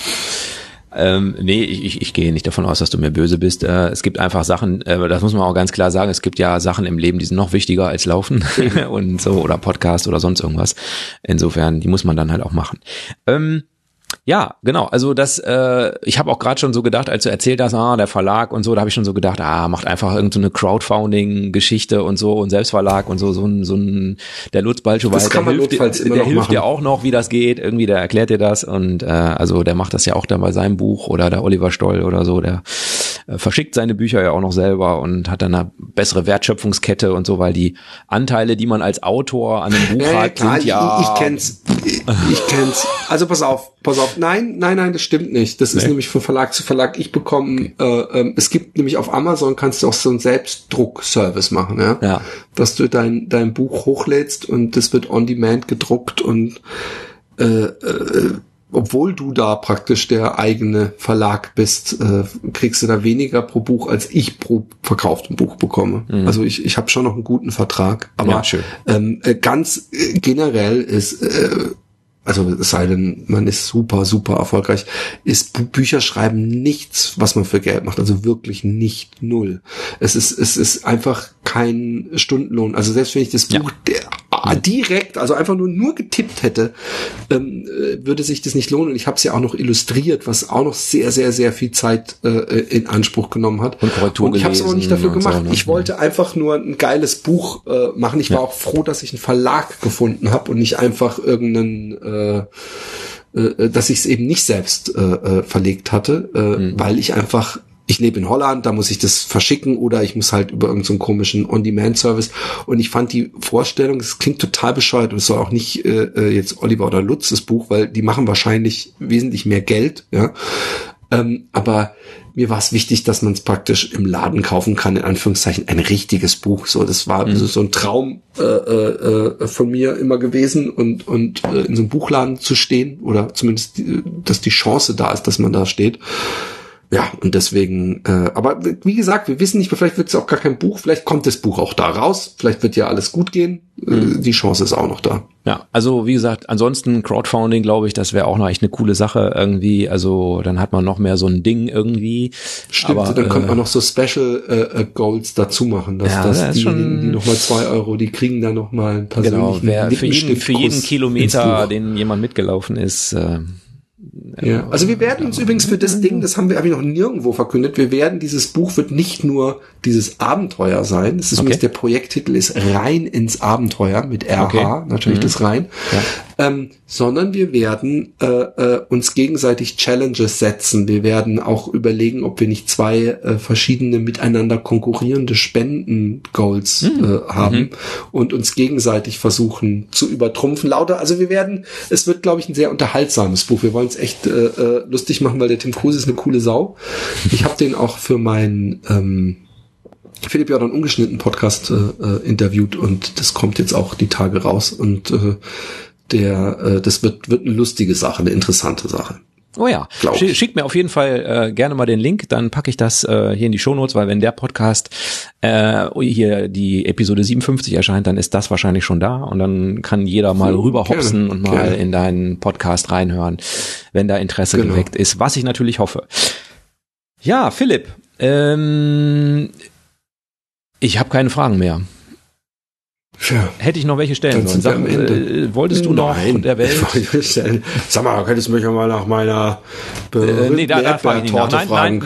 Ich gehe nicht davon aus, dass du mir böse bist. Es gibt einfach Sachen, das muss man auch ganz klar sagen, es gibt ja Sachen im Leben, die sind noch wichtiger als Laufen und so oder Podcast oder sonst irgendwas. Insofern, die muss man dann halt auch machen. Ja, genau. Also ich habe auch gerade schon so gedacht, als du erzählt hast, der Verlag und so, da habe ich schon so gedacht, macht einfach irgendeine Crowdfunding-Geschichte und so und Selbstverlag und so ein der Lutz Balschowait, der hilft dir auch noch, wie das geht. Irgendwie, der erklärt dir das und also der macht das ja auch dann bei seinem Buch oder der Oliver Stoll oder so, der verschickt seine Bücher ja auch noch selber und hat dann eine bessere Wertschöpfungskette und so, weil die Anteile, die man als Autor an einem Buch hat, klar, sind ja... Ich kenn's. Also pass auf. Nein, das stimmt nicht. Das ist nämlich von Verlag zu Verlag. Ich bekomme, es gibt nämlich auf Amazon, kannst du auch so einen Selbstdruckservice machen, ja? Dass du dein Buch hochlädst und das wird on demand gedruckt und obwohl du da praktisch der eigene Verlag bist, kriegst du da weniger pro Buch, als ich pro verkauftem Buch bekomme. Also ich habe schon noch einen guten Vertrag, aber ganz generell ist, also es sei denn, man ist super, super erfolgreich, ist Bücherschreiben nichts, was man für Geld macht, also wirklich nicht, null. Es ist einfach kein Stundenlohn. Also selbst wenn ich das Buch direkt, also einfach nur getippt hätte, würde sich das nicht lohnen. Und ich habe es ja auch noch illustriert, was auch noch sehr, sehr, sehr viel Zeit in Anspruch genommen hat. Und Korrektur ich habe es aber nicht dafür gemacht. So, ne? Ich wollte einfach nur ein geiles Buch machen. Ich war auch froh, dass ich einen Verlag gefunden habe und nicht einfach dass ich es eben nicht selbst verlegt hatte, weil ich lebe in Holland, da muss ich das verschicken oder ich muss halt über irgendeinen so komischen On-Demand-Service. Und ich fand die Vorstellung, es klingt total bescheuert und es soll auch nicht jetzt Oliver oder Lutz das Buch, weil die machen wahrscheinlich wesentlich mehr Geld, ja. Aber mir war es wichtig, dass man es praktisch im Laden kaufen kann, in Anführungszeichen ein richtiges Buch. So, das war so ein Traum von mir immer gewesen und in so einem Buchladen zu stehen oder zumindest, dass die Chance da ist, dass man da steht. Ja, und deswegen, aber wie gesagt, wir wissen nicht, vielleicht wird es auch gar kein Buch, vielleicht kommt das Buch auch da raus, vielleicht wird ja alles gut gehen, die Chance ist auch noch da. Ja, also wie gesagt, ansonsten Crowdfunding, glaube ich, das wäre auch noch echt eine coole Sache irgendwie, also dann hat man noch mehr so ein Ding irgendwie. Stimmt, aber, dann könnte man noch so Special Goals dazu machen, dass diejenigen, die nochmal 2 €, die kriegen dann nochmal einen persönlichen für jeden Kilometer, den jemand mitgelaufen ist, ja, also wir werden uns übrigens für das Ding, das habe ich noch nirgendwo verkündet, dieses Buch wird nicht nur dieses Abenteuer sein, das ist übrigens der Projekttitel ist Rein ins Abenteuer mit RH, natürlich das Rein, sondern wir werden uns gegenseitig Challenges setzen, wir werden auch überlegen, ob wir nicht 2 verschiedene miteinander konkurrierende Spenden-Goals haben und uns gegenseitig versuchen zu übertrumpfen. Also es wird, glaube ich, ein sehr unterhaltsames Buch. Wir wollen es echt lustig machen, weil der Tim Kruse ist eine coole Sau. Ich habe den auch für meinen Philipp Jordan ungeschnitten Podcast interviewt und das kommt jetzt auch die Tage raus und das wird eine lustige Sache, eine interessante Sache. Oh ja, schickt mir auf jeden Fall gerne mal den Link, dann packe ich das hier in die Shownotes, weil wenn der Podcast hier die Episode 57 erscheint, dann ist das wahrscheinlich schon da und dann kann jeder mal rüberhopsen und mal in deinen Podcast reinhören, wenn da Interesse geweckt ist, was ich natürlich hoffe. Ja, Philipp, ich habe keine Fragen mehr. Ja. Hätte ich noch welche stellen sollen? Wolltest du noch der Welt? Sag mal, könntest du mich ja mal nach meiner da frage ich nicht nach. Nein,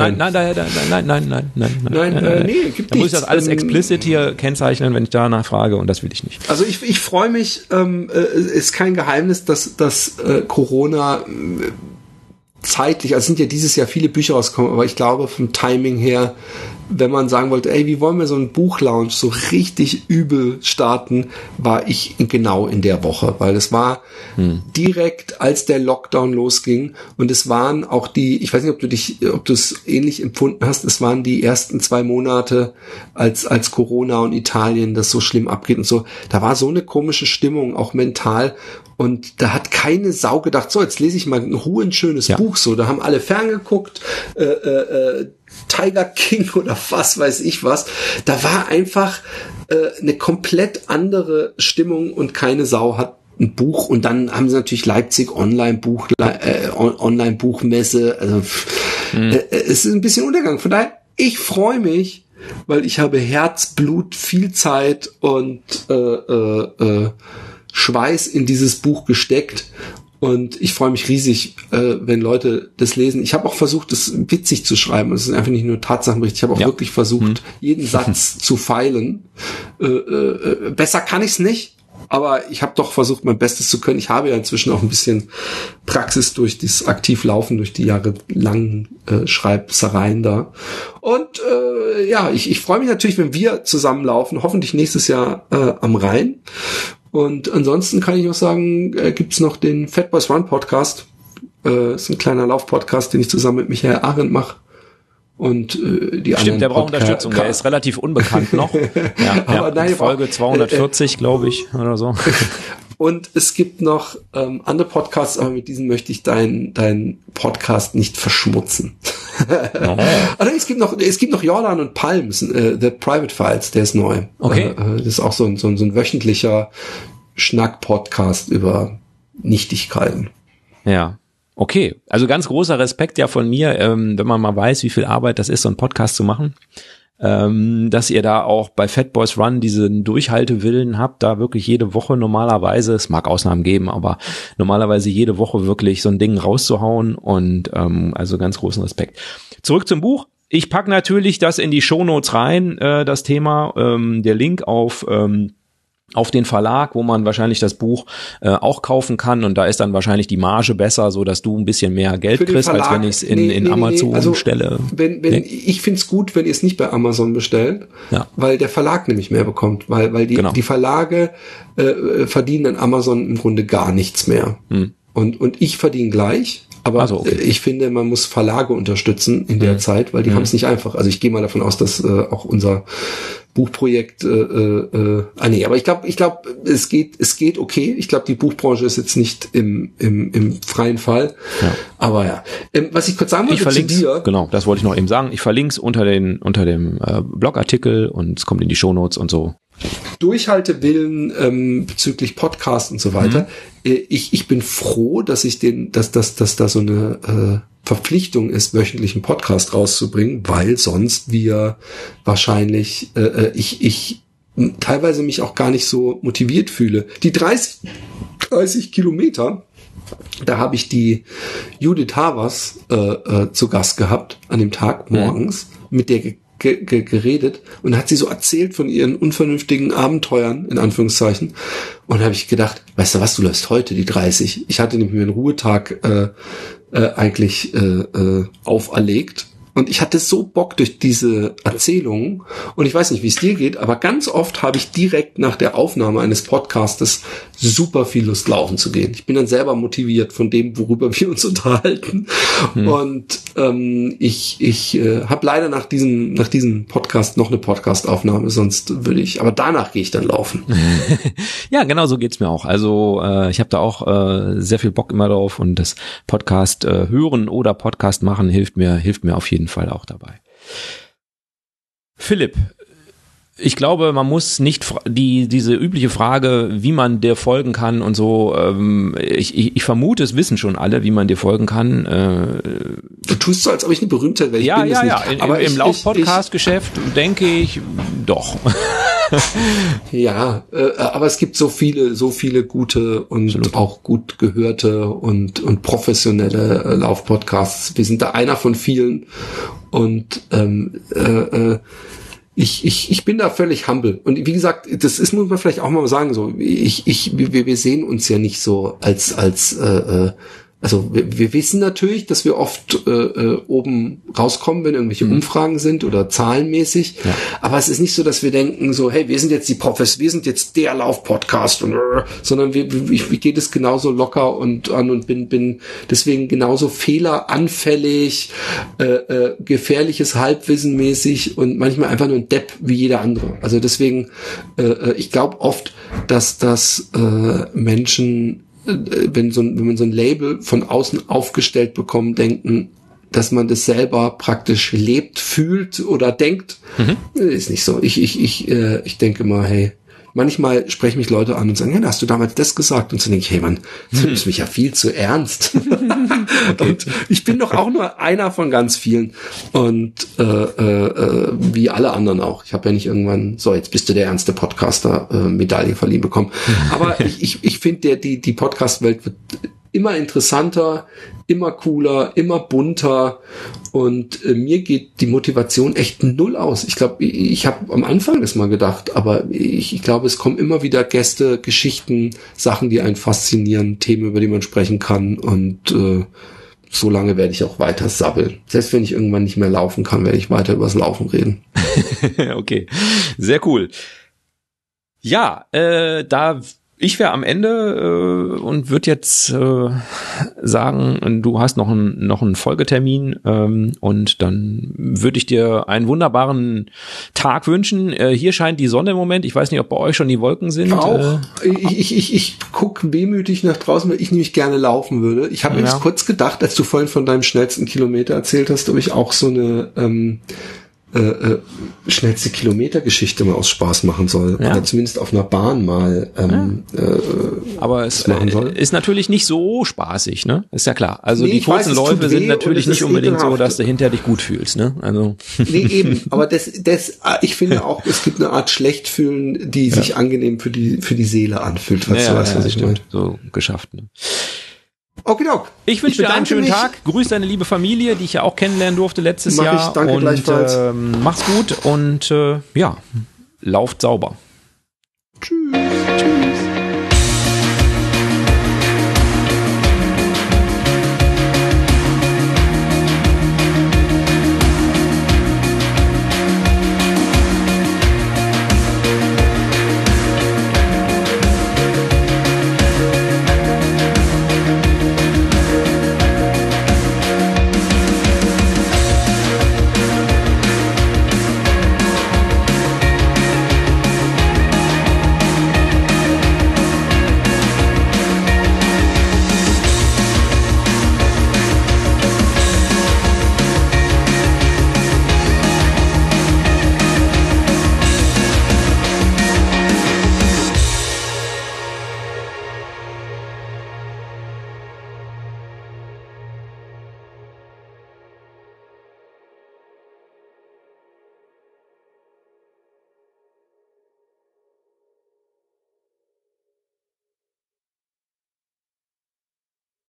gibt da muss ich das alles explicit hier kennzeichnen, wenn ich danach frage und das will ich nicht. Also ich freue mich, ist kein Geheimnis, dass Corona zeitlich, also sind ja dieses Jahr viele Bücher rausgekommen, aber ich glaube vom Timing her, wenn man sagen wollte, wie wollen wir so einen Buchlaunch so richtig übel starten, war ich genau in der Woche, weil es war direkt, als der Lockdown losging und es waren auch ich weiß nicht, ob du es ähnlich empfunden hast, es waren die ersten 2 Monate, als Corona und Italien das so schlimm abgeht und so, da war so eine komische Stimmung, auch mental. Und da hat keine Sau gedacht, so, jetzt lese ich mal in Ruhe ein schönes Buch, so. Da haben alle ferngeguckt, Tiger King oder was weiß ich was. Da war einfach eine komplett andere Stimmung und keine Sau hat ein Buch. Und dann haben sie natürlich Leipzig Online-Buchmesse. Also es ist ein bisschen Untergang. Von daher, ich freue mich, weil ich habe Herzblut, viel Zeit und Schweiß in dieses Buch gesteckt und ich freue mich riesig, wenn Leute das lesen. Ich habe auch versucht, das witzig zu schreiben. Es ist einfach nicht nur Tatsachenbericht. Ich habe auch wirklich versucht, jeden Satz zu feilen. Besser kann ich es nicht. Aber ich habe doch versucht, mein Bestes zu können. Ich habe ja inzwischen auch ein bisschen Praxis durch das Aktivlaufen, durch die jahrelangen Schreibsereien da. Und ich freue mich natürlich, wenn wir zusammenlaufen, hoffentlich nächstes Jahr am Rhein. Und ansonsten kann ich auch sagen, gibt's noch den Fat Boys Run Podcast. Ist ein kleiner Lauf-Podcast, den ich zusammen mit Michael Arendt mache. Und die anderen. Stimmt, der braucht Unterstützung, der ist relativ unbekannt noch. Aber nein, Folge 240, glaube ich, oder so. Und es gibt noch andere Podcasts, aber mit diesen möchte ich deinen Podcast nicht verschmutzen. Oh. Also es gibt noch Jordan und Palms, The Private Files, der ist neu. Okay. Das ist auch so ein wöchentlicher Schnack-Podcast über Nichtigkeiten. Ja. Okay, also ganz großer Respekt ja von mir, wenn man mal weiß, wie viel Arbeit das ist, so einen Podcast zu machen, dass ihr da auch bei Fat Boys Run diesen Durchhaltewillen habt, da wirklich jede Woche normalerweise, es mag Ausnahmen geben, aber normalerweise jede Woche wirklich so ein Ding rauszuhauen und also ganz großen Respekt. Zurück zum Buch. Ich pack natürlich das in die Shownotes rein, das Thema, der Link auf den Verlag, wo man wahrscheinlich das Buch auch kaufen kann und da ist dann wahrscheinlich die Marge besser, so dass du ein bisschen mehr Geld kriegst, Verlag, als wenn ich es in Amazon also, stelle. Ich find's gut, wenn ihr es nicht bei Amazon bestellt, weil der Verlag nämlich mehr bekommt, weil die Verlage verdienen an Amazon im Grunde gar nichts mehr. Und ich verdiene gleich. Aber okay. Ich finde, man muss Verlage unterstützen in der Zeit, weil die haben es nicht einfach. Also ich gehe mal davon aus, dass auch unser Buchprojekt aber ich glaube, es geht okay. Ich glaube, die Buchbranche ist jetzt nicht im freien Fall. Ja. Aber ja. Was ich kurz sagen wollte zu dir. Genau, das wollte ich noch eben sagen. Ich verlinke es unter dem Blogartikel und es kommt in die Shownotes und so. Durchhaltewillen bezüglich Podcast und so weiter. Ich bin froh, dass dass da so eine Verpflichtung ist, wöchentlich einen Podcast rauszubringen, weil sonst wir wahrscheinlich ich teilweise mich auch gar nicht so motiviert fühle. Die 30 Kilometer, da habe ich die Judith Havers zu Gast gehabt an dem Tag morgens, mit der geredet und hat sie so erzählt von ihren unvernünftigen Abenteuern, in Anführungszeichen. Und da habe ich gedacht, weißt du was, du läufst heute die 30. Ich hatte nämlich mir einen Ruhetag eigentlich auferlegt. Und ich hatte so Bock durch diese Erzählungen. Und ich weiß nicht, wie es dir geht, aber ganz oft habe ich direkt nach der Aufnahme eines Podcastes super viel Lust, laufen zu gehen. Ich bin dann selber motiviert von dem, worüber wir uns unterhalten. Und ich habe leider nach diesem Podcast noch eine Podcastaufnahme, sonst würde ich, aber danach gehe ich dann laufen. Ja, genau so geht's mir auch. Also ich habe da auch sehr viel Bock immer drauf und das Podcast hören oder Podcast machen hilft mir auf jeden Fall auch dabei. Philipp, ich glaube, man muss nicht diese übliche Frage, wie man dir folgen kann und so, ich vermute, es wissen schon alle, wie man dir folgen kann. Du tust so, als ob ich eine Berühmtheit wäre. Ja. Aber im Lauf-Podcast-Geschäft denke ich doch. Ja, aber es gibt so viele gute und auch gut gehörte und professionelle Laufpodcasts. Wir sind da einer von vielen und ich bin da völlig humble. Und wie gesagt, muss man vielleicht auch mal sagen, so, wir sehen uns ja nicht so als also wir wissen natürlich, dass wir oft oben rauskommen, wenn irgendwelche Umfragen sind oder zahlenmäßig. Ja. Aber es ist nicht so, dass wir denken so, hey, wir sind jetzt wir sind jetzt der Lauf-Podcast, sondern ich gehe das genauso locker und an und bin deswegen genauso fehleranfällig, gefährliches Halbwissen mäßig und manchmal einfach nur ein Depp wie jeder andere. Also deswegen, ich glaube oft, dass das Menschen wenn man so ein Label von außen aufgestellt bekommt, denken, dass man das selber praktisch lebt, fühlt oder denkt, ist nicht so. Ich denke mal, hey, manchmal sprechen mich Leute an und sagen, ja, hast du damals das gesagt? Und so denke ich, hey Mann, du nimmst mich ja viel zu ernst. Okay. Und ich bin doch auch nur einer von ganz vielen. Und wie alle anderen auch. Ich habe ja nicht irgendwann, so, jetzt bist du der ernste Podcaster, Medaille verliehen bekommen. Aber ich finde, die Podcast-Welt wird immer interessanter, immer cooler, immer bunter und mir geht die Motivation echt null aus. Ich glaube, ich habe am Anfang das mal gedacht, aber ich glaube, es kommen immer wieder Gäste, Geschichten, Sachen, die einen faszinieren, Themen, über die man sprechen kann und so lange werde ich auch weiter sabbeln. Selbst wenn ich irgendwann nicht mehr laufen kann, werde ich weiter übers Laufen reden. Okay, sehr cool. Ja, ich wäre am Ende und würde jetzt sagen, du hast noch einen Folgetermin und dann würde ich dir einen wunderbaren Tag wünschen. Hier scheint die Sonne im Moment. Ich weiß nicht, ob bei euch schon die Wolken sind. Auch. Ich gucke wehmütig nach draußen, weil ich nämlich gerne laufen würde. Ich habe jetzt kurz gedacht, als du vorhin von deinem schnellsten Kilometer erzählt hast, ob ich auch so eine schnellste Kilometergeschichte mal aus Spaß machen soll. Ja. Oder zumindest auf einer Bahn mal aber es ist natürlich nicht so spaßig, ne? Ist ja klar. Also die kurzen Läufe sind natürlich nicht unbedingt so, dass du hinterher dich gut fühlst, ne? Also nee, eben. Aber ich finde auch, es gibt eine Art Schlechtfühlen, die sich angenehm für die Seele anfühlt, falls du weißt, was ich meine. So geschafft, ne? Okidok. Ich wünsche dir einen schönen Tag. Grüß deine liebe Familie, die ich ja auch kennenlernen durfte letztes Jahr. Danke gleichfalls. Mach's gut und lauft sauber. Tschüss.